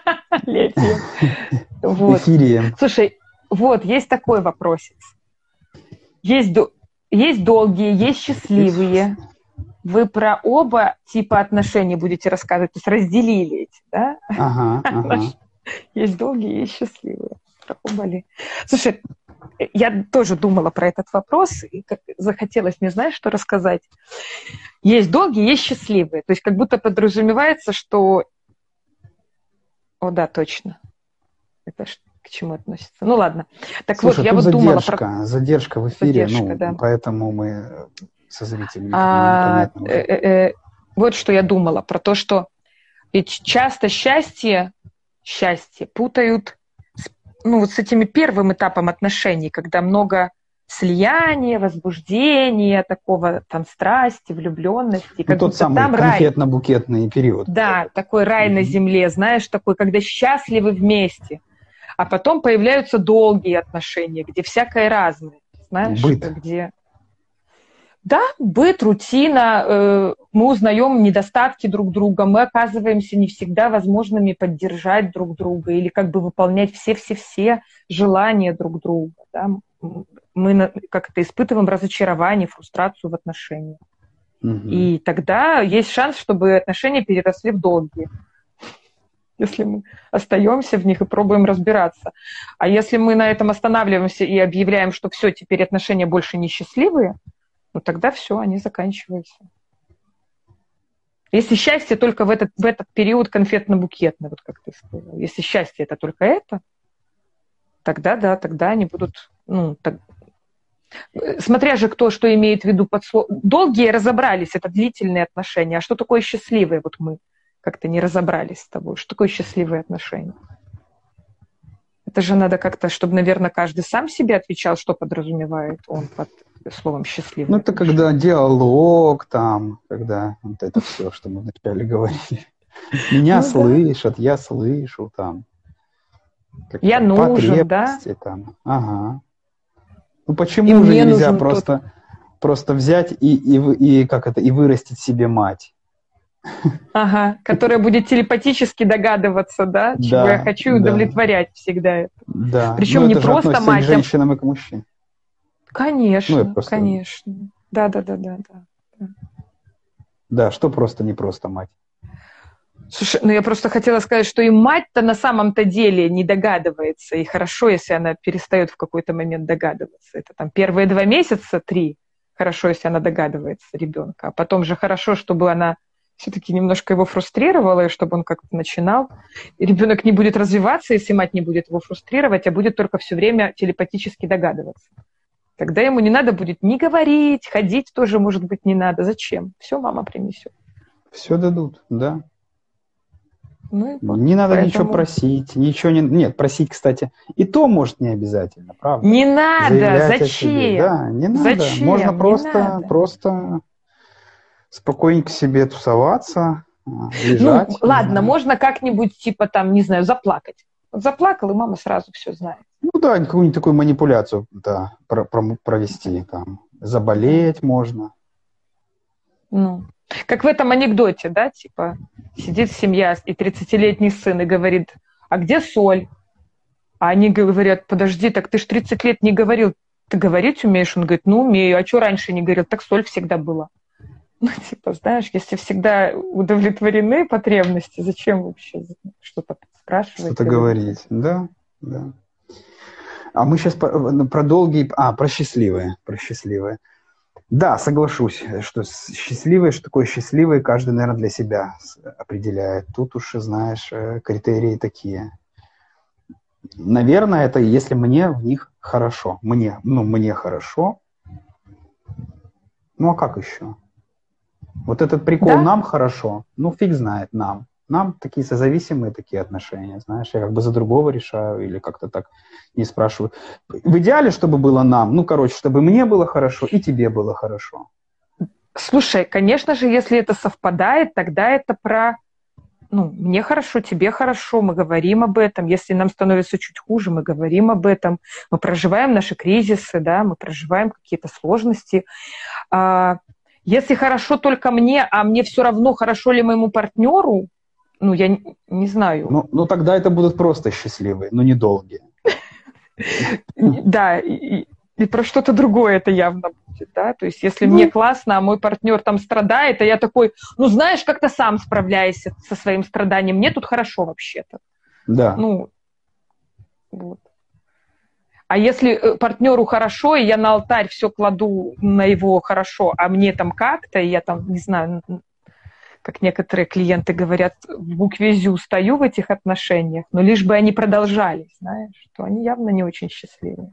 Эфирием. Слушай, вот, есть такой вопросик. Есть, есть долгие, есть счастливые. Вы про оба типа отношений будете рассказывать, то есть разделили эти, да? Ага, ага. Есть долгие, есть счастливые. Про оба ли? Слушай, я тоже думала про этот вопрос, и как захотелось мне, знаешь, что рассказать. Есть долгие, есть счастливые. То есть как будто подразумевается, что... О, да, точно. Это ж к чему относится? Ну, ладно. Так Слушай, вот, я тут вот думала задержка, про... задержка в эфире, Задержка, ну, да. поэтому мы со зрителями А, непонятно уже. э, э, вот что я думала про то, что ведь часто счастье, счастье путают с, ну, вот с этим первым этапом отношений, когда много слияния, возбуждения, такого там страсти, влюбленности. Ну, как тот будто самый там рай. конфетно-букетный период. Да, такой рай на земле, знаешь, такой, когда счастливы вместе. А потом появляются долгие отношения, где всякое разное. Знаешь, Быт. где... Да, быт, рутина, э, мы узнаем недостатки друг друга, мы оказываемся не всегда возможными поддержать друг друга или как бы выполнять все-все-все желания друг друга. Да? Мы как-то испытываем разочарование, фрустрацию в отношениях. Угу. И тогда есть шанс, чтобы отношения переросли в долгие. Если мы остаемся в них и пробуем разбираться. А если мы на этом останавливаемся и объявляем, что все, теперь отношения больше не счастливые, ну тогда все, они заканчиваются. Если счастье только в этот, в этот период конфетно-букетный, вот как ты сказал, если счастье это только это, тогда да, тогда они будут, ну, так... смотря же кто что имеет в виду под словом. Долгие разобрались, это длительные отношения, а что такое счастливые, вот мы как-то не разобрались с тобой, что такое счастливые отношения. Это же надо как-то, чтобы, наверное, каждый сам себе отвечал, что подразумевает он под словом счастливый. Ну, это когда диалог там, когда вот это все, что мы вначале говорили. Меня ну, слышат, да. Я слышу там. Я нужен, да? Там. Ага. Ну, почему же нельзя просто, тот... просто взять и, и, и, как это, и вырастить себе мать? Ага, которая будет телепатически догадываться, да, чего да, я хочу, и удовлетворять да. всегда это. Да. Причем ну, не просто мать. к женщинам и к мужчинам. Конечно, ну, просто... конечно. Да, да, да, да, да. Да, что просто не просто мать. Слушай, ну я просто хотела сказать, что и мать-то на самом-то деле не догадывается. И хорошо, если она перестает в какой-то момент догадываться. Это там первые два месяца, три, хорошо, если она догадывается ребенка. А потом же хорошо, чтобы она все-таки немножко его фрустрировала, и чтобы он как-то начинал. И ребенок не будет развиваться, если мать не будет его фрустрировать, а будет только все время телепатически догадываться. Тогда ему не надо будет ни говорить, ходить тоже, может быть, не надо. Зачем? Все мама принесет. Все дадут, да. Ну, вот, не надо поэтому... ничего просить, ничего не... Нет, просить, кстати, и то, может, не обязательно, правда? Не надо, заявлять зачем? Да, не надо. Зачем? Можно не просто, надо. просто спокойненько себе тусоваться, лежать. Ну, ладно, можно как-нибудь, типа, там, не знаю, заплакать. Вот заплакал, и мама сразу все знает. Ну да, какую-нибудь такую манипуляцию да, про- про- провести. Там. Заболеть можно. Ну, как в этом анекдоте, да, типа, сидит семья и тридцатилетний сын и говорит, а где соль? А они говорят, подожди, так ты ж тридцать лет не говорил, ты говорить умеешь? Он говорит, ну, умею, а что раньше не говорил? Так соль всегда была. Ну, типа, знаешь, если всегда удовлетворены потребности, зачем вообще что-то спрашивать? Что-то говорить, да, да. А мы сейчас про долгие... А, про счастливые, про счастливые. Да, соглашусь, что счастливые, что такое счастливые, каждый, наверное, для себя определяет. Тут уж, знаешь, критерии такие. Наверное, это если мне в них хорошо. Мне, ну, мне хорошо. Ну, а как еще? Вот этот прикол да? Нам хорошо, ну, фиг знает нам. Нам такие созависимые такие отношения, знаешь, я как бы за другого решаю или как-то так не спрашиваю. В идеале, чтобы было нам, ну, короче, чтобы мне было хорошо и тебе было хорошо. Слушай, конечно же, если это совпадает, тогда это про ну, мне хорошо, тебе хорошо, мы говорим об этом. Если нам становится чуть хуже, мы говорим об этом. Мы проживаем наши кризисы, да, мы проживаем какие-то сложности. А если хорошо только мне, а мне все равно, хорошо ли моему партнеру, ну, я не, не знаю. Ну, ну, тогда это будут просто счастливые, но недолгие. Да, и, и про что-то другое это явно будет, да, то есть если мне классно, а мой партнер там страдает, а я такой, ну, знаешь, как-то сам справляйся со своим страданием, мне тут хорошо вообще-то. Да. Ну, вот. А если партнеру хорошо, и я на алтарь все кладу на его хорошо, а мне там как-то, и я там, не знаю, как некоторые клиенты говорят, в букве «зю» стою в этих отношениях, но лишь бы они продолжались, знаешь, то они явно не очень счастливые.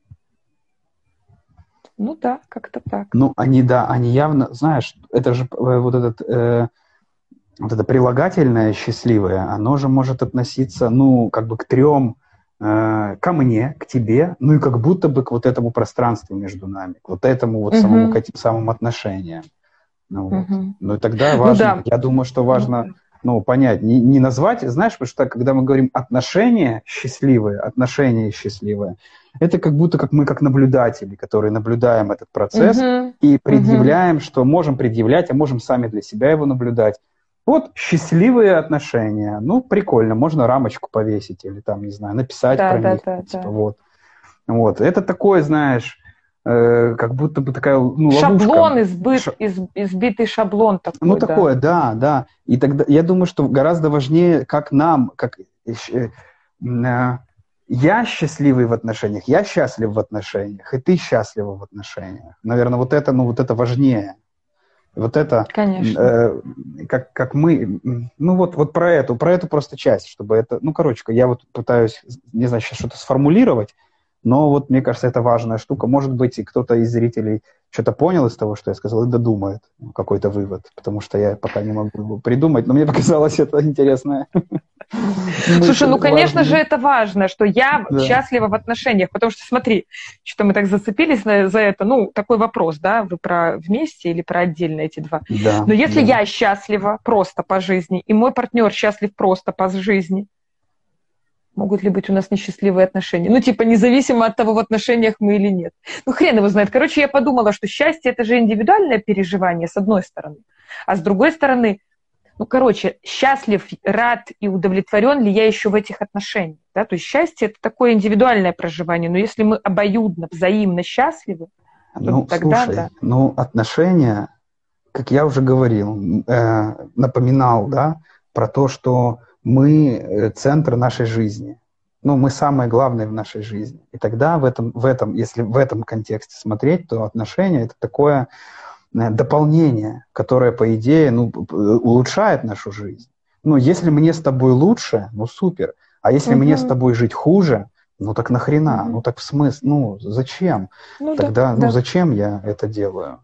Ну да, как-то так. Ну, они, да, они явно, знаешь, это же вот этот, э, вот это прилагательное счастливое, оно же может относиться, ну, как бы к трем, э, ко мне, к тебе, ну и как будто бы к вот этому пространству между нами, к вот этому вот uh-huh. самому, к этим самым отношениям. Ну, вот. uh-huh. Ну и тогда важно, ну, да. я думаю, что важно, uh-huh. ну, понять, не, не назвать, знаешь, потому что когда мы говорим отношения счастливые, отношения счастливые, это как будто как мы как наблюдатели, которые наблюдаем этот процесс uh-huh. и предъявляем, uh-huh. что можем предъявлять, а можем сами для себя его наблюдать. Вот счастливые отношения, ну, прикольно, можно рамочку повесить или там, не знаю, написать да, про да, них, да, типа да. вот. Вот, это такое, знаешь, э, как будто бы такая, ну, шаблон, ловушка. избыт, Ш... из, избитый шаблон такой, Ну, да. такое, да, да. И тогда я думаю, что гораздо важнее, как нам, как... Э, э, я счастливый в отношениях, я счастлив в отношениях, и ты счастлива в отношениях. Наверное, вот это, ну, вот это важнее. Вот это, э, как, как мы, ну, вот, вот про эту, про эту просто часть, чтобы это, ну, короче, я вот пытаюсь, не знаю, сейчас что-то сформулировать, но вот, мне кажется, это важная штука. Может быть, и кто-то из зрителей что-то понял из того, что я сказал, и додумает какой-то вывод, потому что я пока не могу его придумать, но мне показалось это интересное. Слушай, ну, конечно же, это важно, что я да. счастлива в отношениях, потому что, смотри, что мы так зацепились за это, ну, такой вопрос, да, вы про вместе или про отдельно эти два. Да, но если да. я счастлива просто по жизни, и мой партнер счастлив просто по жизни, могут ли быть у нас несчастливые отношения? Ну, типа, независимо от того, в отношениях мы или нет. Ну, хрен его знает. Короче, я подумала, что счастье – это же индивидуальное переживание, с одной стороны. А с другой стороны, ну, короче, счастлив, рад и удовлетворен ли я еще в этих отношениях? Да? То есть счастье – это такое индивидуальное проживание. Но если мы обоюдно, взаимно счастливы, то ну, тогда слушай, да. Ну, отношения, как я уже говорил, э, напоминал, да, про то, что мы центр нашей жизни. Ну, мы самое главное в нашей жизни. И тогда в этом, в этом, если в этом контексте смотреть, то отношения – это такое дополнение, которое, по идее, ну, улучшает нашу жизнь. Ну, если мне с тобой лучше, ну, супер. А если угу. мне с тобой жить хуже, ну, так нахрена? Угу. Ну, так в смысле? Ну, зачем? Ну, тогда, да, ну, да. зачем я это делаю?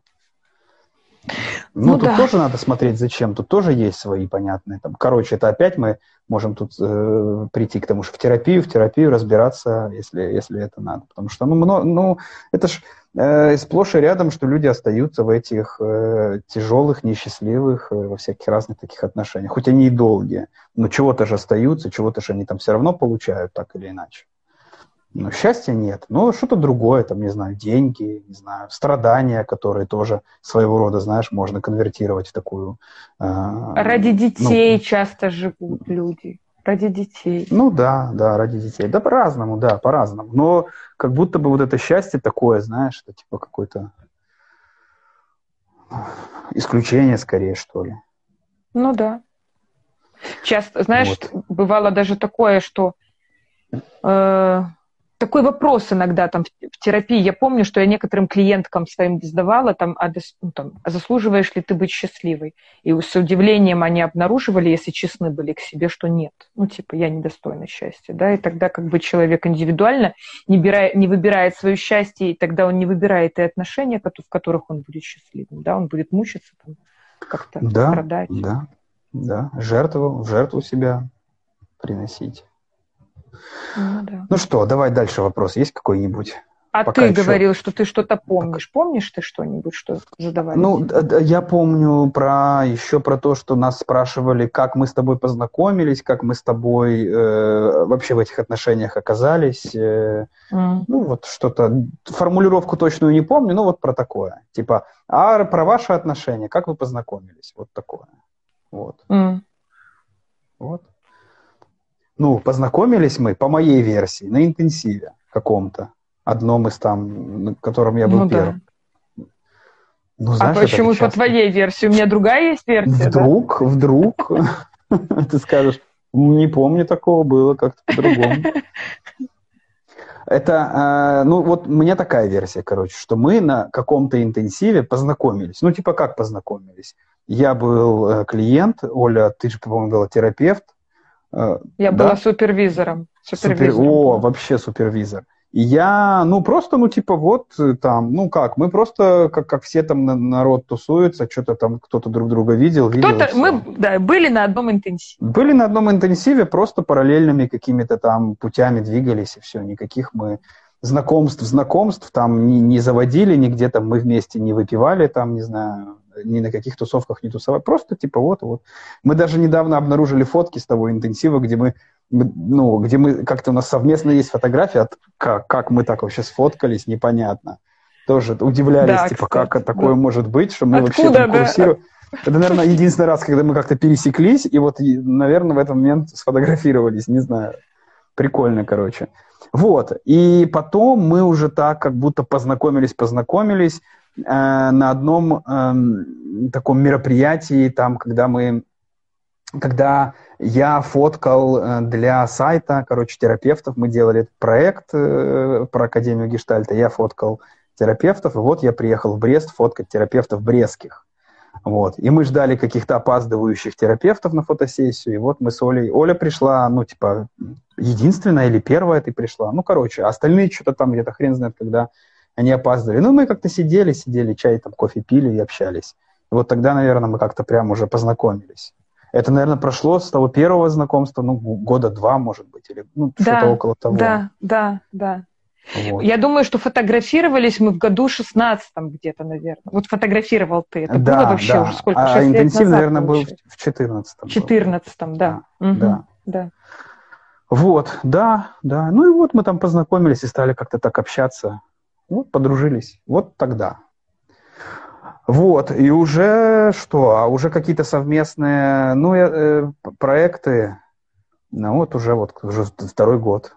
Ну, ну, тут да. тоже надо смотреть, зачем. Тут тоже есть свои понятные. Там, короче, это опять мы можем тут э, прийти к тому, что в терапию, в терапию разбираться, если, если это надо. Потому что, ну, много, ну это ж э, сплошь и рядом, что люди остаются в этих э, тяжелых, несчастливых, э, во всяких разных таких отношениях. Хоть они и долгие, но чего-то же остаются, чего-то же они там все равно получают, так или иначе. Но счастья нет. Ну, что-то другое, там, не знаю, деньги, не знаю, страдания, которые тоже своего рода, знаешь, можно конвертировать в такую... Э, ради детей ну, часто живут люди. Ради детей. Ну да, да, ради детей. Да по-разному, да, по-разному. Но как будто бы вот это счастье такое, знаешь, что типа какое-то исключение скорее, что ли. Ну да. Часто, знаешь, вот. Бывало даже такое, что... Э, Такой вопрос иногда там в терапии. Я помню, что я некоторым клиенткам своим задавала, там, а, ну, там, а заслуживаешь ли ты быть счастливой? И с удивлением они обнаруживали, если честны были к себе, что нет. Ну, типа, я недостойна счастья. Да? И тогда как бы человек индивидуально не, бирает, не выбирает свое счастье, и тогда он не выбирает и отношения, в которых он будет счастливым. Да? Он будет мучиться, там, как-то да, страдать. Да, да, жертву, жертву себя приносить. Ну, да. Ну что, давай дальше вопрос. Есть какой-нибудь? А Пока ты еще... говорил, что ты что-то помнишь. Помнишь ты что-нибудь, что задавали? Ну, я помню про еще про то, что нас спрашивали, как мы с тобой познакомились, как мы с тобой э, вообще в этих отношениях оказались. Э, mm. Ну, вот что-то, формулировку точную не помню, но вот про такое. Типа, а про ваши отношения, как вы познакомились? Вот такое. Вот. Mm. Вот. Ну, познакомились мы, по моей версии, на интенсиве каком-то. Одном из там, на котором я был ну, первым. Да. Ну, знаешь, а почему по твоей версии? У меня другая есть версия, Вдруг, да? вдруг, ты скажешь, не помню такого, было как-то по-другому. Это, ну, вот у меня такая версия, короче, что мы на каком-то интенсиве познакомились. Ну, типа, как познакомились? Я был клиент, Оля, ты же, по-моему, была терапевт. Я да? была супервизором. супервизором Супер... О, вообще супервизор. И я, ну, просто, ну, типа, вот там, ну, как, мы просто, как, как все там народ тусуется, что-то там кто-то друг друга видел, видел. Кто-то, мы, да, были на одном интенсиве. Были на одном интенсиве, просто параллельными какими-то там путями двигались, и все, никаких мы знакомств, знакомств там не, не заводили, нигде там мы вместе не выпивали, там, не знаю, ни на каких тусовках не тусовали, просто, типа, вот, вот. Мы даже недавно обнаружили фотки с того интенсива, где мы ну, где мы, как-то у нас совместно есть фотография, от, как, как мы так вообще сфоткались, непонятно. Тоже удивлялись, да, типа, кстати, как такое да. может быть, что мы Откуда, вообще там да? курсируем. Это, наверное, единственный раз, когда мы как-то пересеклись, и вот, наверное, в этот момент сфотографировались, не знаю. Прикольно, короче. Вот, и потом мы уже так как будто познакомились-познакомились э, на одном э, таком мероприятии, там, когда мы когда я фоткал для сайта, короче, терапевтов, мы делали этот проект про Академию Гештальта, я фоткал терапевтов, и вот я приехал в Брест фоткать терапевтов брестских. Вот. И мы ждали каких-то опаздывающих терапевтов на фотосессию, и вот мы с Олей... Оля пришла, ну, типа, единственная или первая ты пришла, ну, короче, а остальные что-то там где-то хрен знает, когда они опаздывали. Ну, мы как-то сидели, сидели, чай, там, кофе пили и общались. И вот тогда, наверное, мы как-то прям уже познакомились. Это, наверное, прошло с того первого знакомства, ну, года два, может быть, или ну, да, что-то около того. Да, да, да. Вот. Я думаю, что фотографировались мы в году шестнадцатом где-то, наверное. Вот фотографировал ты. Это да, было вообще да. уже сколько? А шесть интенсив, лет назад, наверное, получается. был в четырнадцатом. В четырнадцатом, да. Да, угу, да. да. Вот, да, да. Ну и вот мы там познакомились и стали как-то так общаться. Вот, подружились. Вот тогда. Вот, и уже что? А уже какие-то совместные, ну, э, проекты, ну, вот уже вот уже второй год.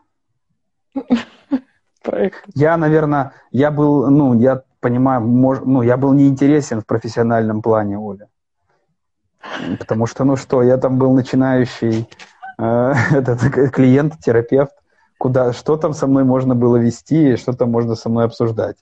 Я, наверное, я был, ну, я понимаю, мож, ну, я был неинтересен в профессиональном плане, Оля. Потому что, ну что, я там был начинающий э, этот, клиент, терапевт, куда, что там со мной можно было вести, что там можно со мной обсуждать.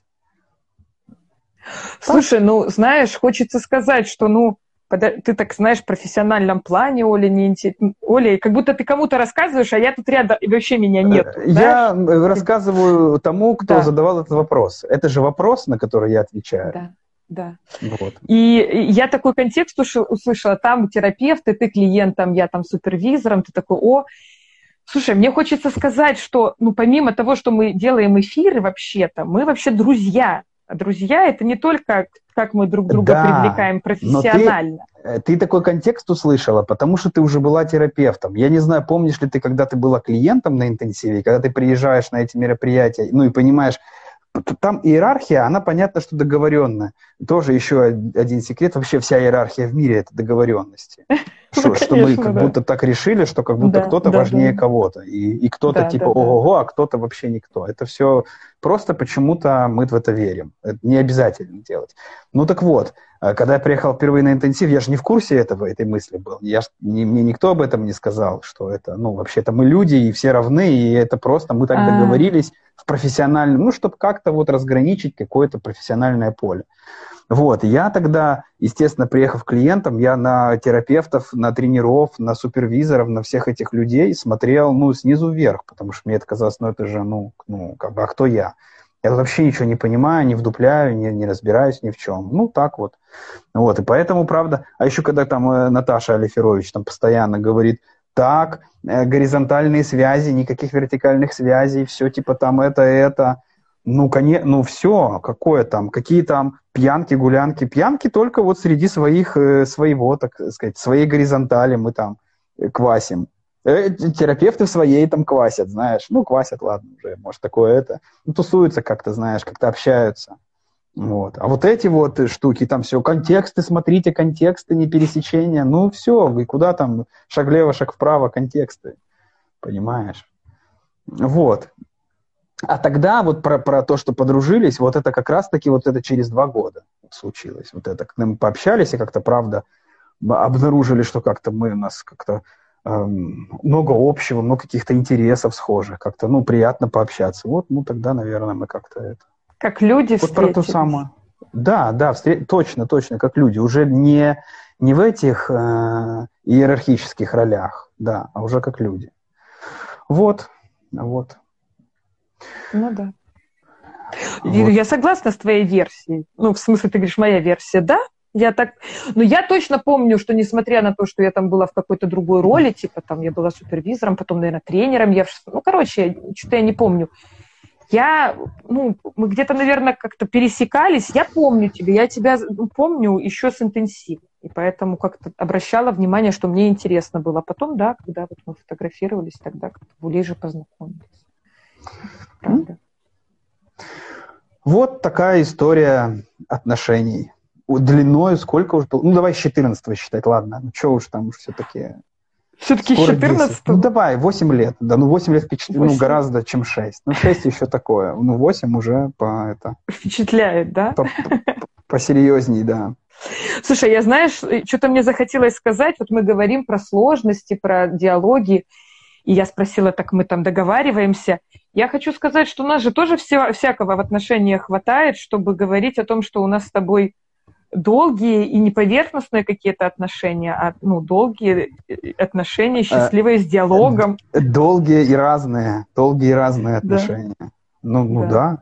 Слушай, ну, знаешь, хочется сказать, что, ну, ты так знаешь, в профессиональном плане, Оля, не интересно. Оля, как будто ты кому-то рассказываешь, а я тут рядом, и вообще меня нет. Я знаешь? рассказываю тому, кто да. задавал этот вопрос. Это же вопрос, на который я отвечаю. Да, да. Вот. И я такой контекст услышала, там терапевт, и ты клиентом, я там супервизором, ты такой, о... Слушай, мне хочется сказать, что, ну, помимо того, что мы делаем эфиры вообще-то, мы вообще друзья. А друзья – это не только как мы друг друга да, привлекаем профессионально. Ты, ты такой контекст услышала, потому что ты уже была терапевтом. Я не знаю, помнишь ли ты, когда ты была клиентом на интенсиве, когда ты приезжаешь на эти мероприятия, ну и понимаешь, там иерархия, она понятно, что договоренная. Тоже еще один секрет, вообще вся иерархия в мире – это договоренности. Что, ну, что мы как да. будто так решили, что как будто да, кто-то да, важнее да. кого-то. И, и кто-то да, типа да, ого-го, да. а кто-то вообще никто. Это все просто почему-то мы в это верим. Это не обязательно делать. Ну так вот, когда я приехал впервые на интенсив, я же не в курсе этого, этой мысли был. Я ж, не, мне никто об этом не сказал, что это, ну, вообще-то мы люди, и все равны, и это просто мы так А-а-а. договорились в профессиональном, ну, чтобы как-то вот разграничить какое-то профессиональное поле. Вот, я тогда, естественно, приехав клиентом, я на терапевтов, на тренеров, на супервизоров, на всех этих людей смотрел, ну, снизу вверх, потому что мне это казалось, ну, это же, ну, ну как бы, а кто я? Я вообще ничего не понимаю, не вдупляю, не, не разбираюсь ни в чем. Ну, так вот. Вот, и поэтому, правда, а еще когда там э, Наташа Алиферович там постоянно говорит, так, э, горизонтальные связи, никаких вертикальных связей, все типа там это, это. Ну, конечно, ну все, какое там, какие там пьянки, гулянки. Пьянки только вот среди своих, э, своего, так сказать, своей горизонтали мы там э, квасим. Э, терапевты в своей там квасят, знаешь. Ну, квасят, ладно, уже, может, такое это. Ну, тусуются как-то, знаешь, как-то общаются. Вот. А вот эти вот штуки, там все, контексты, смотрите, контексты, не пересечения. Ну, все, и куда там, шаг влево, шаг вправо, контексты. Понимаешь? Вот. А тогда вот про, про то, что подружились, вот это как раз-таки вот это через два года случилось. Вот это, когда мы пообщались и как-то, правда, обнаружили, что как-то мы у нас как-то эм, много общего, много каких-то интересов схожих, как-то, ну, приятно пообщаться. Вот, ну, тогда, наверное, мы как-то это... Как люди вот встретились. про то самое. Да, да, встр... точно, точно, как люди. Уже не, не в этих э, иерархических ролях, да, а уже как люди. Вот, вот. Ну да. Вот. Я согласна с твоей версией. Ну, в смысле, ты говоришь, моя версия, да? Я так... Но я точно помню, что несмотря на то, что я там была в какой-то другой роли, типа там я была супервизором, потом, наверное, тренером, я... ну, короче, что-то я не помню. Я, ну, мы где-то, наверное, как-то пересекались. Я помню тебя, я тебя помню еще с интенсивом. И поэтому как-то обращала внимание, что мне интересно было. Потом, да, когда вот мы фотографировались, тогда как-то ближе познакомились. Правда. Вот такая история отношений. Длиной сколько уже было? Ну, давай с четырнадцатого считать, ладно. Ну, что уж там уж все-таки... Все-таки с четырнадцатого? Ну, давай, восемь лет. Да, ну, восемь лет впечатляет, ну, гораздо, чем шесть. Ну, шесть еще такое. Ну, восемь уже по это... Впечатляет, да? По, по, посерьезней, да. Слушай, я, знаешь, что-то мне захотелось сказать. Вот мы говорим про сложности, про диалоги. И я спросила, так мы там договариваемся. Я хочу сказать, что у нас же тоже вся, всякого в отношениях хватает, чтобы говорить о том, что у нас с тобой долгие и не поверхностные какие-то отношения, а ну, долгие отношения, счастливые, с диалогом. Долгие и разные. Долгие и разные отношения. Да. Ну, ну да. да.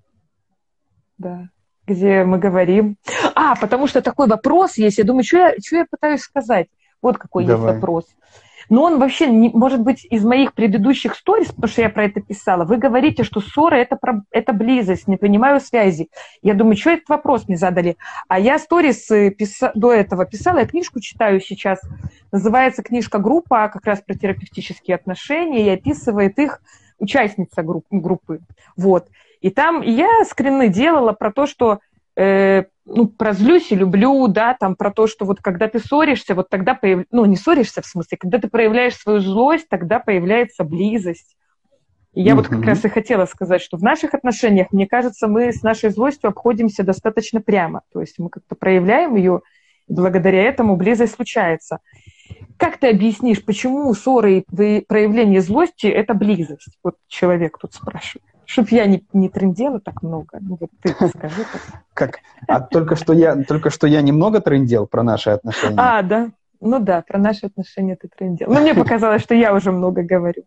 Да. Где мы говорим. А, потому что такой вопрос есть. Я думаю, что я, что я пытаюсь сказать. Вот какой Давай. есть вопрос. Но он вообще, не, может быть, из моих предыдущих сторис, потому что я про это писала, вы говорите, что ссора это, про, – это близость, не понимаю связи. Я думаю, что этот вопрос мне задали? А я сторис писа, до этого писала, я книжку читаю сейчас, называется книжка «Группа», как раз про терапевтические отношения, и описывает их участница групп, группы. Вот. И там я скрины делала про то, что э, ну, про злюсь и люблю, да, там про то, что вот когда ты ссоришься, вот тогда появ... ну, не ссоришься в смысле, когда ты проявляешь свою злость, тогда появляется близость. И я mm-hmm. вот как раз и хотела сказать, что в наших отношениях, мне кажется, мы с нашей злостью обходимся достаточно прямо. То есть мы как-то проявляем ее, и благодаря этому близость случается. Как ты объяснишь, почему ссоры и проявление злости – это близость? Вот человек тут спрашивает. Чтоб я не, не трындела так много. Ну, вот ты скажи. Как? А только что, я, только что я немного трындел про наши отношения? А, да. Ну да, про наши отношения ты трындел. Но мне показалось, что я уже много говорю.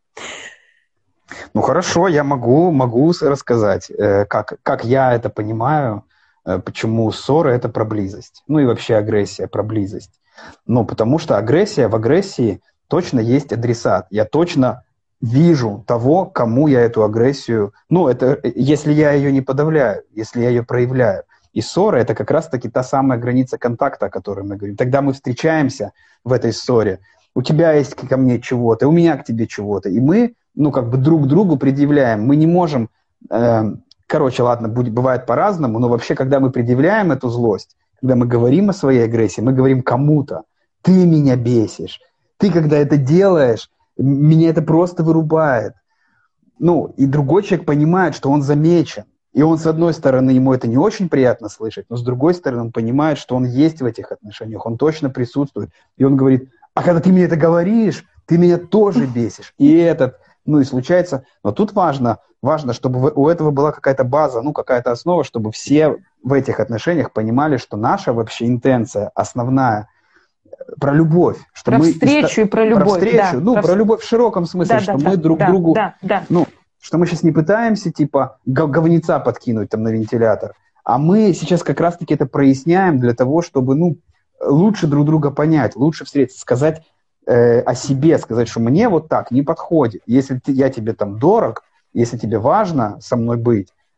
Ну хорошо, я могу, могу рассказать, как, как я это понимаю, почему ссоры – это про близость. Ну и вообще агрессия про близость. Ну, потому что агрессия, в агрессии точно есть адресат. Я точно вижу того, кому я эту агрессию... Ну, это если я ее не подавляю, если я ее проявляю. И ссора – это как раз-таки та самая граница контакта, о которой мы говорим. Тогда мы встречаемся в этой ссоре. У тебя есть ко мне чего-то, у меня к тебе чего-то. И мы, ну, как бы друг другу предъявляем. Мы не можем... Э, короче, ладно, будет, бывает по-разному, но вообще, когда мы предъявляем эту злость, когда мы говорим о своей агрессии, мы говорим кому-то: ты меня бесишь. Ты, когда это делаешь, меня это просто вырубает. Ну, и другой человек понимает, что он замечен. И он, с одной стороны, ему это не очень приятно слышать, но с другой стороны, он понимает, что он есть в этих отношениях, он точно присутствует. И он говорит: а когда ты мне это говоришь, ты меня тоже бесишь. И этот, ну и случается. Но тут важно, важно, чтобы у этого была какая-то база, ну, какая-то основа, чтобы все в этих отношениях понимали, что наша вообще интенция основная про любовь. Что про мы встречу и про любовь. Про встречу, да, ну, про... про любовь в широком смысле, да, что да, мы да, друг да, другу... Да, да. Ну, что мы сейчас не пытаемся, типа, говнеца подкинуть там на вентилятор, а мы сейчас как раз-таки это проясняем для того, чтобы, ну, лучше друг друга понять, лучше встретиться, сказать э, о себе, сказать, что мне вот так не подходит. Если ты, я тебе там дорог, если тебе важно со мной быть,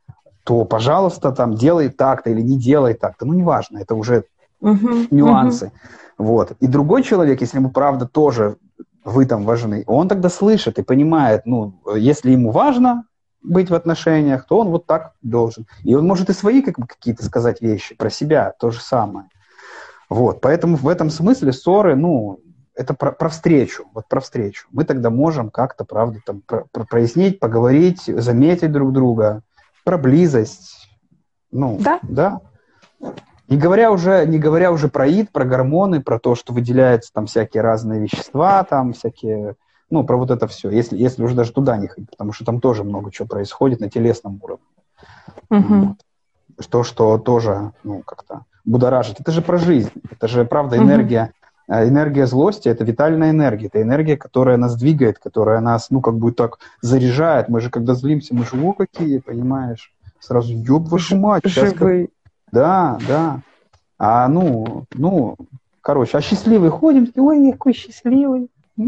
то, пожалуйста, там, делай так-то или не делай так-то. Ну, неважно, это уже uh-huh, нюансы. Uh-huh. Вот. И другой человек, если ему, правда, тоже вы там важны, он тогда слышит и понимает, ну, если ему важно быть в отношениях, то он вот так должен. И он может и свои как бы, какие-то сказать вещи про себя, то же самое. Вот. Поэтому в этом смысле ссоры, ну, это про, про встречу, вот про встречу. Мы тогда можем как-то, правда, там, про, про, прояснить, поговорить, заметить друг друга, про близость. Ну, да. да. Не говоря уже, не говоря уже про ид, про гормоны, про то, что выделяются там всякие разные вещества, там всякие, ну, про вот это все, если, если уже даже туда не ходить, потому что там тоже много чего происходит на телесном уровне. Угу. Вот. То, что тоже, ну, как-то будоражит. Это же про жизнь, это же, правда, энергия, угу. энергия злости, это витальная энергия, это энергия, которая нас двигает, которая нас, ну, как бы так заряжает. Мы же, когда злимся, мы же, о, какие, понимаешь, сразу, ёб вашу мать. Сейчас как... Да, да. А ну, ну, короче, а счастливый ходим, ой, какой счастливый.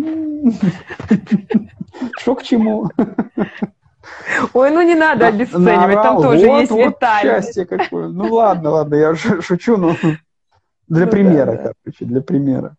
Что к чему? Ой, ну не надо обесценивать, там тоже есть витальность. Счастье какое. Ну ладно, ладно, я шучу, но для примера, короче, для примера.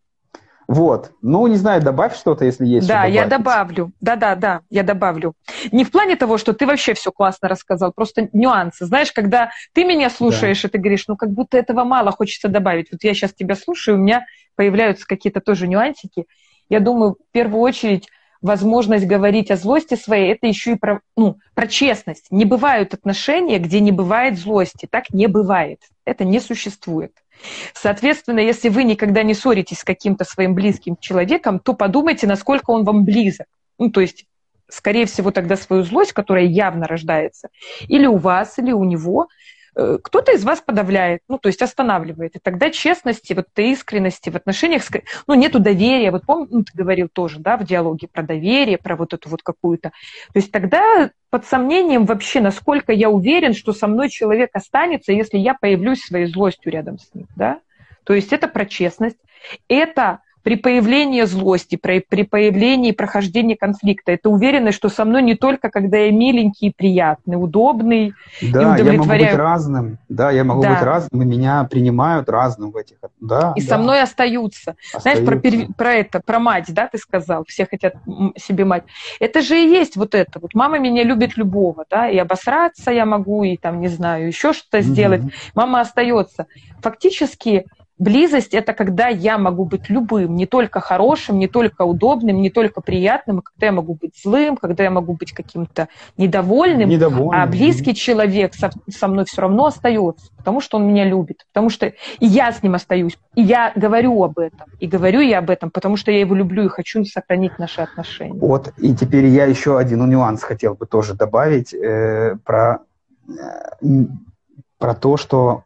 Вот. Ну, не знаю, добавь что-то, если есть. Да, я добавлю. Да-да-да, я добавлю. Не в плане того, что ты вообще все классно рассказал, просто нюансы. Знаешь, когда ты меня слушаешь, да. и ты говоришь, ну, как будто этого мало, хочется добавить. Вот я сейчас тебя слушаю, у меня появляются какие-то тоже нюансики. Я думаю, в первую очередь, возможность говорить о злости своей, это еще и про, ну, про честность. Не бывают отношения, где не бывает злости. Так не бывает. Это не существует. Соответственно, если вы никогда не ссоритесь с каким-то своим близким человеком, то подумайте, насколько он вам близок. Ну, то есть, скорее всего, тогда свою злость, которая явно рождается, или у вас, или у него, кто-то из вас подавляет, ну, то есть останавливает. И тогда честности, вот этой искренности в отношениях, ну, нету доверия. Вот помню, ну, ты говорил тоже, да, в диалоге про доверие, про вот эту вот какую-то. То есть тогда под сомнением вообще, насколько я уверен, что со мной человек останется, если я появлюсь своей злостью рядом с ним, да. То есть это про честность, это при появлении злости, при, при появлении прохождения конфликта. Это уверенность, что со мной не только, когда я миленький, приятный, удобный, да, и удовлетворяю. Я могу быть разным. Да, я могу да. быть разным, и меня принимают разным в этих. Да, и да. со мной остаются. остаются. Знаешь, про, пер... про это, про мать, да, ты сказал, все хотят себе мать. Это же и есть вот это. Вот мама меня любит любого, да, и обосраться я могу, и там, не знаю, еще что-то mm-hmm. сделать. Мама остается. Фактически близость – это когда я могу быть любым, не только хорошим, не только удобным, не только приятным, когда я могу быть злым, когда я могу быть каким-то недовольным, недовольным. А близкий человек со, со мной все равно остается, потому что он меня любит, потому что и я с ним остаюсь, и я говорю об этом, и говорю я об этом, потому что я его люблю и хочу сохранить наши отношения. Вот, и теперь я еще один нюанс хотел бы тоже добавить э, про, э, про то, что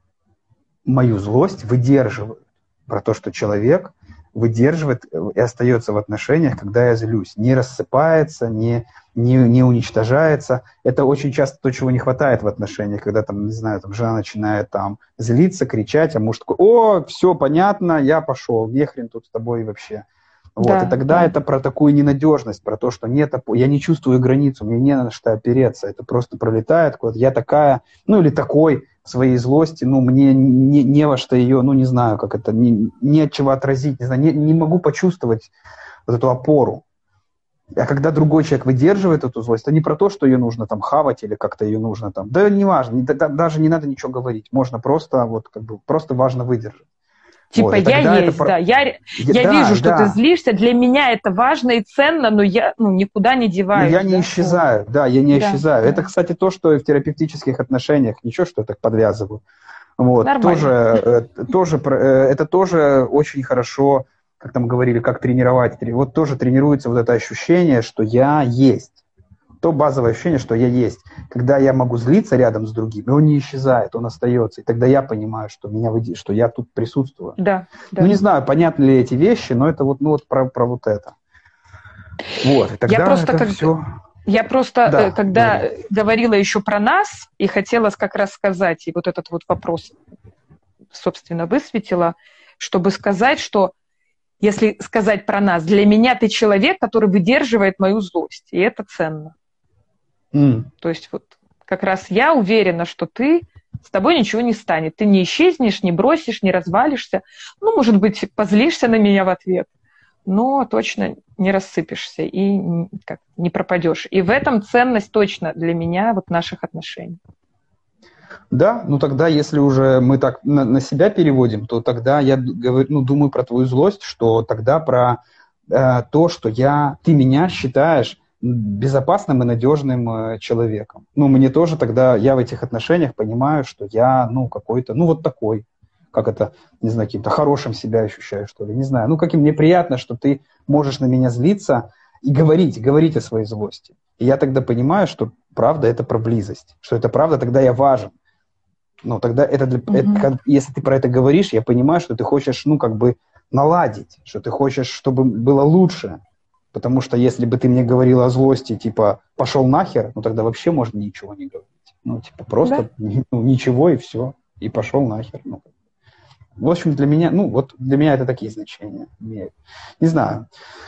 мою злость выдерживают, про то, что человек выдерживает и остается в отношениях, когда я злюсь, не рассыпается, не, не, не уничтожается. Это очень часто то, чего не хватает в отношениях, когда там, не знаю, там жена начинает там злиться, кричать, а муж такой: о, все понятно, я пошел, не хрен тут с тобой вообще. Вот, да, и тогда да. это про такую ненадежность, про то, что нет, я не чувствую границу, мне не на что опереться, это просто пролетает куда-то. Я такая, ну или такой в своей злости, ну мне не, не во что ее, ну не знаю, как это, не, не от чего отразить, не знаю, не, не могу почувствовать вот эту опору. А когда другой человек выдерживает эту злость, это не про то, что ее нужно там хавать или как-то ее нужно там, да не важно, да, даже не надо ничего говорить, можно просто вот как бы просто важно выдержать. Типа, вот, я есть, это... да, я, я, я да, вижу, что да. ты злишься, для меня это важно и ценно, но я ну, никуда не деваюсь. Но я не да? исчезаю, да, я не да, исчезаю. Да. Это, кстати, то, что и в терапевтических отношениях, ничего, что я так подвязываю. Вот, тоже, тоже, это тоже очень хорошо, как там говорили, как тренировать. Вот тоже тренируется вот это ощущение, что я есть. То базовое ощущение, что я есть. Когда я могу злиться рядом с другим, и он не исчезает, он остается. И тогда я понимаю, что, меня, что я тут присутствую. Да, да. Ну, не знаю, понятны ли эти вещи, но это вот, ну, вот про, про вот это. Вот, и тогда я просто, это как... все... Я просто, да, да. когда говорила еще про нас, и хотела как раз сказать, и вот этот вот вопрос, собственно, высветила, чтобы сказать, что если сказать про нас, для меня ты человек, который выдерживает мою злость, и это ценно. Mm. То есть вот как раз я уверена, что ты, с тобой ничего не станет. Ты не исчезнешь, не бросишь, не развалишься. Ну, может быть, позлишься на меня в ответ, но точно не рассыпешься и как, не пропадешь. И в этом ценность точно для меня вот наших отношений. Да, ну тогда, если уже мы так на, на себя переводим, то тогда я говорю, ну, думаю про твою злость, что тогда про э, то, что я, ты меня считаешь безопасным и надежным э, человеком. Ну, мне тоже тогда, я в этих отношениях понимаю, что я, ну, какой-то, ну, вот такой, как это, не знаю, каким-то хорошим себя ощущаю, что ли, не знаю. Ну, каким мне приятно, что ты можешь на меня злиться и говорить, говорить о своей злости. И я тогда понимаю, что правда это про близость, что это правда, тогда я важен. Ну, тогда это, для, mm-hmm. это, если ты про это говоришь, я понимаю, что ты хочешь, ну, как бы наладить, что ты хочешь, чтобы было лучше. Потому что если бы ты мне говорила о злости, типа, пошел нахер, ну, тогда вообще можно ничего не говорить. Ну, типа, просто да. ну, ничего и все, и пошел нахер. Ну, в общем, для меня, ну, вот для меня это такие значения имеют. Не знаю.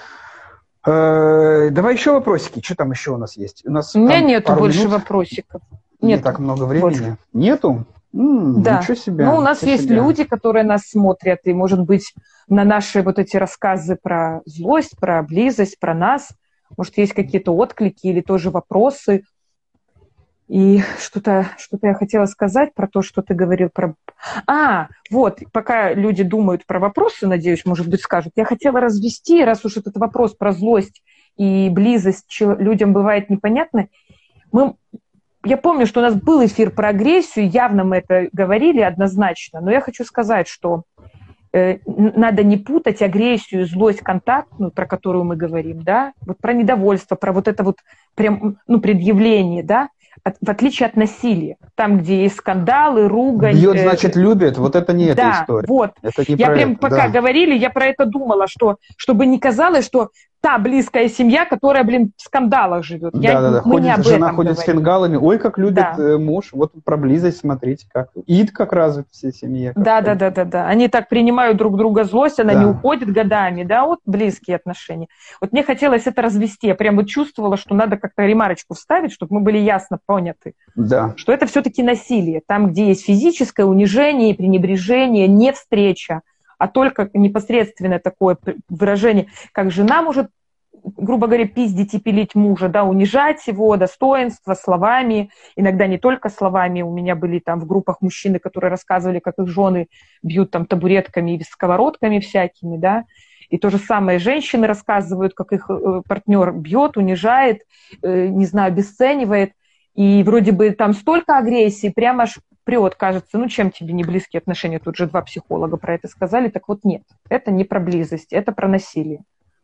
Э-э, давай еще вопросики. Что там еще у нас есть? У, нас у меня нету больше минут. Вопросиков. Не Нету так много времени. больше. Нету? М-м, да. Ничего себе. Ну, у нас ничего есть себе. люди, которые нас смотрят, и, может быть, на наши вот эти рассказы про злость, про близость, про нас, может, есть какие-то отклики или тоже вопросы. И что-то, что-то я хотела сказать про то, что ты говорил про... А, вот, пока люди думают про вопросы, надеюсь, может быть, скажут. Я хотела развести, раз уж этот вопрос про злость и близость людям бывает непонятно. Мы... Я помню, что у нас был эфир про агрессию, явно мы это говорили однозначно, но я хочу сказать, что э, надо не путать агрессию и злость контактную, про которую мы говорим, да, вот про недовольство, про вот это вот прям, ну, предъявление, да, от, в отличие от насилия, там, где есть скандалы, ругань. Бьет, значит, э, любит, вот это не да, эта история. Вот. Это не я про прям это, пока да. говорили, я про это думала, что, чтобы не казалось, что та близкая семья, которая, блин, в скандалах живет. Да, я, да, да. Мы Ходит, не об жена этом ходит говорим. с фингалами. Ой, как любит да. муж. Вот про близость смотрите, как. Ид как раз в всей семье. Да, да, да, да, да. Они так принимают друг друга злость, она да. не уходит годами, да, вот близкие отношения. Вот мне хотелось это развести. Я прям вот чувствовала, что надо как-то ремарочку вставить, чтобы мы были ясно поняты, да. что это все-таки насилие. Там, где есть физическое унижение, пренебрежение, не встреча, а только непосредственное такое выражение, как жена может, грубо говоря, пиздить и пилить мужа, да, унижать его достоинство словами, иногда не только словами. У меня были там в группах мужчины, которые рассказывали, как их жены бьют там табуретками и сковородками всякими, да. И то же самое женщины рассказывают, как их партнер бьет, унижает, не знаю, обесценивает. И вроде бы там столько агрессии, прямо аж прет, кажется, ну чем тебе не близкие отношения? Тут же два психолога про это сказали. Так вот нет, это не про близость, это про насилие.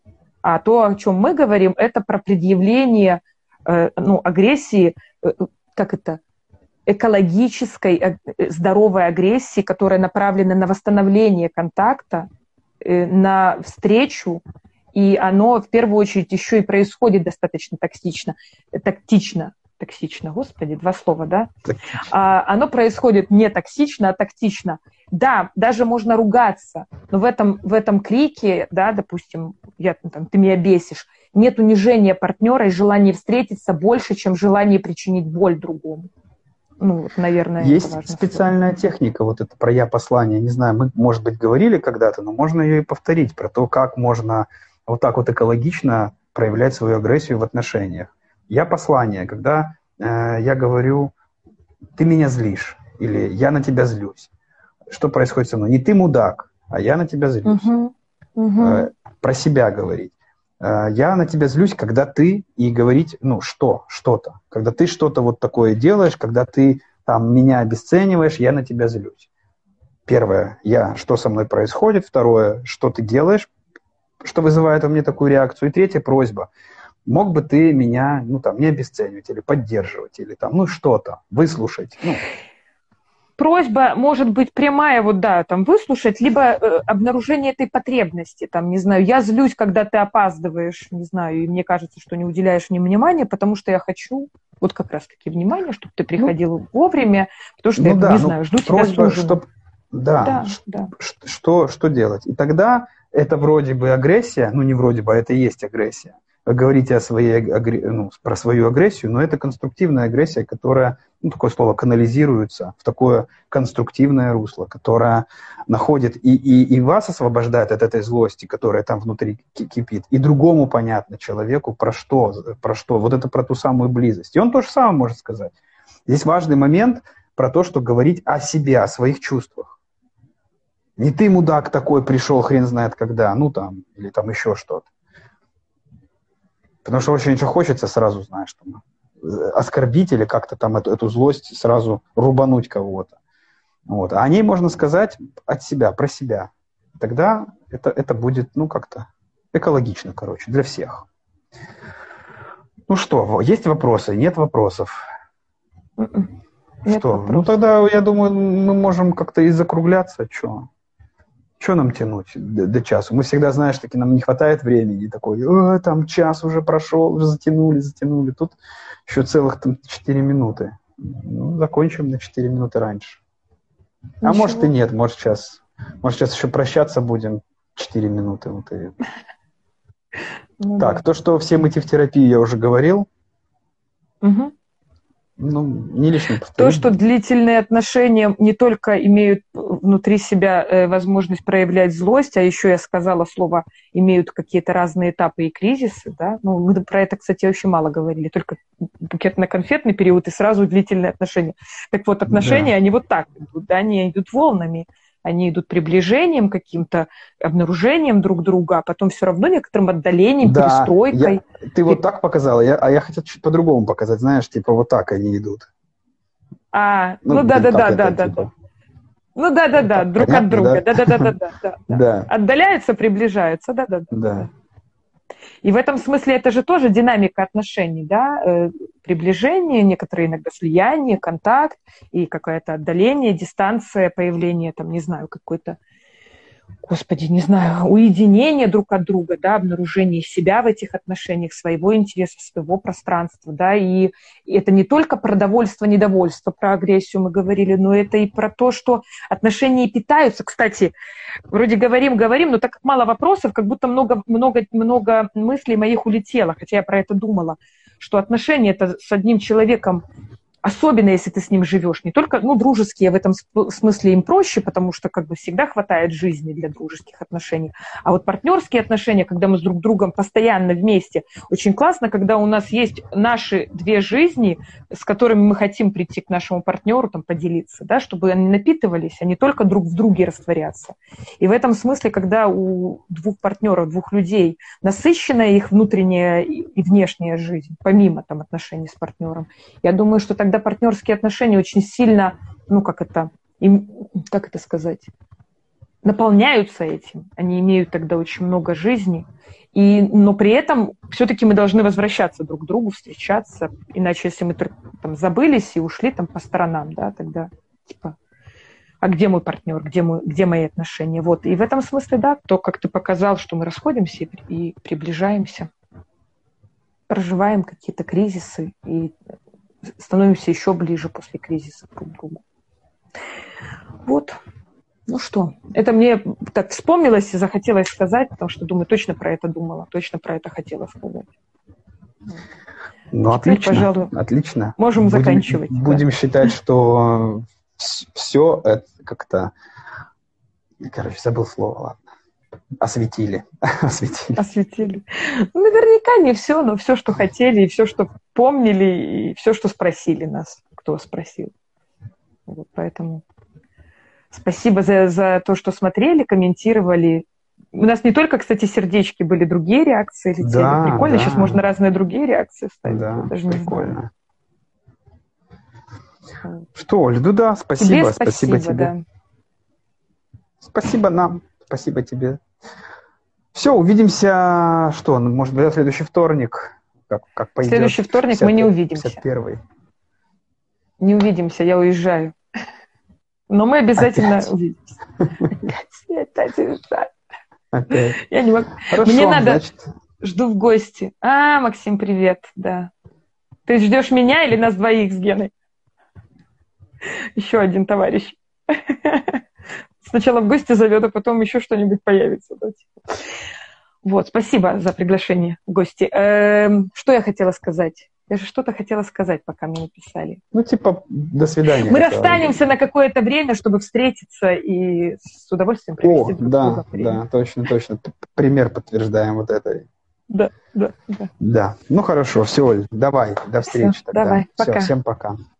А то, о чем мы говорим, это про предъявление э, ну, агрессии, э, как это, экологической, э, здоровой агрессии, которая направлена на восстановление контакта, э, на встречу, и оно в первую очередь еще и происходит достаточно токсично, тактично, токсично, господи, два слова, да? А, оно происходит не токсично, а тактично. Да, даже можно ругаться, но в этом, в этом крике, да, допустим, я, там, ты меня бесишь, нет унижения партнера и желания встретиться больше, чем желание причинить боль другому. Ну, вот, наверное, есть это важно. специальная сказать. Техника, вот это про я-послание, не знаю, мы, может быть, говорили когда-то, но можно ее и повторить, про то, как можно вот так вот экологично проявлять свою агрессию в отношениях. Я-послание, когда э, я говорю, ты меня злишь, или я на тебя злюсь. Что происходит со мной? Не ты мудак, а я на тебя злюсь. Uh-huh. Uh-huh. Э, про себя говорить. Э, я на тебя злюсь, когда ты, и говорить, ну, что, что-то. Когда ты что-то вот такое делаешь, когда ты там меня обесцениваешь, я на тебя злюсь. Первое, я, что со мной происходит. Второе, что ты делаешь, что вызывает у меня такую реакцию. И третья просьба. Мог бы ты меня, ну, там, не обесценивать или поддерживать, или там, ну, что-то, выслушать, ну. Просьба может быть прямая, вот да, там выслушать, либо э, обнаружение этой потребности, там, не знаю, я злюсь, когда ты опаздываешь, не знаю, и мне кажется, что не уделяешь мне внимания, потому что я хочу вот как раз-таки внимания, чтобы ты приходил ну, вовремя, потому что ну, я, да, не ну, знаю, жду просьба, тебя с ужином. Чтоб, да, да, ш, да. Что, что делать? И тогда это вроде бы агрессия, ну, не вроде бы, а это и есть агрессия. Вы говорите о своей, ну, про свою агрессию, но это конструктивная агрессия, которая ну, такое слово, канализируется в такое конструктивное русло, которое находит и, и, и вас освобождает от этой злости, которая там внутри кипит, и другому понятно человеку, про что, про что, вот это про ту самую близость. И он то же самое может сказать. Здесь важный момент про то, что говорить о себе, о своих чувствах. Не ты, мудак, такой пришел, хрен знает когда, ну там, или там еще что-то. Потому что очень хочется сразу, знаешь, там, оскорбить или как-то там эту, эту злость сразу рубануть кого-то. Вот. А о ней можно сказать от себя, про себя. Тогда это, это будет, ну, как-то экологично, короче, для всех. Ну что, есть вопросы? Нет вопросов? Нет что? вопросов. Ну тогда, я думаю, мы можем как-то и закругляться. Что? Что нам тянуть до, до часу? Мы всегда, знаешь, таки нам не хватает времени. Такой, о, там час уже прошел, уже затянули, затянули. Тут еще целых там четыре минуты. Ну, закончим на четыре минуты раньше. Ничего. А может и нет, может сейчас, может сейчас еще прощаться будем четыре минуты. Вот и... ну, так, да. То, что всем идти в терапию, я уже говорил. Угу. Ну, не лишним повторить. То, что длительные отношения не только имеют внутри себя э, возможность проявлять злость, а еще я сказала слово, имеют какие-то разные этапы и кризисы, да. Ну, мы про это, кстати, очень мало говорили, только букетно-конфетный период и сразу длительные отношения. Так вот, отношения, да. Они вот так идут, да, они идут волнами. Они идут приближением каким-то, обнаружением друг друга, а потом все равно некоторым отдалением, да, перестройкой. Я, ты и... вот так показала, я, а я хотел чуть по-другому показать, знаешь, типа вот так они идут. А, ну да-да-да-да-да. Ну да-да-да, друг от друга, да-да-да-да-да. Отдаляются, приближаются, да-да-да. Да. И в этом смысле это же тоже динамика отношений, да, приближение, некоторые иногда слияние, контакт и какое-то отдаление, дистанция, появление, там, не знаю, какой-то, господи, не знаю, уединение друг от друга, да, обнаружение себя в этих отношениях, своего интереса, своего пространства, да, и, и это не только про довольство, недовольство, про агрессию мы говорили, но это и про то, что отношения питаются. Кстати, вроде говорим, говорим, но так как мало вопросов, как будто много, много, много мыслей моих улетело, хотя я про это думала, что отношения это с одним человеком, особенно если ты с ним живешь, не только, ну, дружеские, в этом смысле им проще, потому что как бы всегда хватает жизни для дружеских отношений. А вот партнерские отношения, когда мы с друг другом постоянно вместе, очень классно, когда у нас есть наши две жизни, с которыми мы хотим прийти к нашему партнеру, там, поделиться, да, чтобы они напитывались, а не только друг в друге растворяться. И в этом смысле, когда у двух партнеров, двух людей насыщенная их внутренняя и внешняя жизнь, помимо там отношений с партнером, я думаю, что тогда партнерские отношения очень сильно, ну, как это, им, как это сказать, наполняются этим. Они имеют тогда очень много жизни. И, но при этом все-таки мы должны возвращаться друг к другу, встречаться. Иначе, если мы там забылись и ушли там по сторонам, да, тогда типа, а где мой партнер, где, мой, где мои отношения? Вот. И в этом смысле, да, то, как ты показал, что мы расходимся и, и приближаемся, проживаем какие-то кризисы и становимся еще ближе после кризиса друг к другу. Вот. Ну что, это мне так вспомнилось и захотелось сказать, потому что, думаю, точно про это думала, точно про это хотела сказать. Ну, теперь, отлично, пожалуй, отлично. Можем будем, заканчивать. Будем да. считать, что все это как-то... Короче, забыл слово, ладно. Осветили. Осветили. Осветили. Ну, наверняка не все, но все, что хотели, и все, что помнили, и все, что спросили нас, кто спросил. Вот, поэтому спасибо за, за то, что смотрели, комментировали. У нас не только, кстати, сердечки, были другие реакции летели. Да, прикольно, да. Сейчас можно разные другие реакции ставить. Да, даже прикольно. Не знаю. Что, Оль, ну да, спасибо. Тебе спасибо, спасибо тебе. Да. Спасибо нам. Спасибо тебе. Все, увидимся, что, ну, может быть, в следующий вторник, как, как пойдет. Следующий вторник пятьдесят, мы не увидимся. пятьдесят первый. Не увидимся, я уезжаю. Но мы обязательно Опять? увидимся. Опять уезжаю. Опять. Я не могу. Хорошо, Мне надо... значит... Жду в гости. А, Максим, привет, да. Ты ждешь меня или нас двоих с Геной? Еще один товарищ. Сначала в гости зовет, а потом еще что-нибудь появится. Да, типа. Вот, спасибо за приглашение в гости. Эм, что я хотела сказать? Я же что-то хотела сказать, пока мне написали. Ну, типа, до свидания. Мы расстанемся на какое-то время, чтобы встретиться и с удовольствием провести О, друг да, друга время. да, точно, точно. Пример подтверждаем вот этой. Да, да, да. Да. Ну, хорошо, все, Оль, давай, до встречи Все, тогда. давай, Все, пока. всем пока.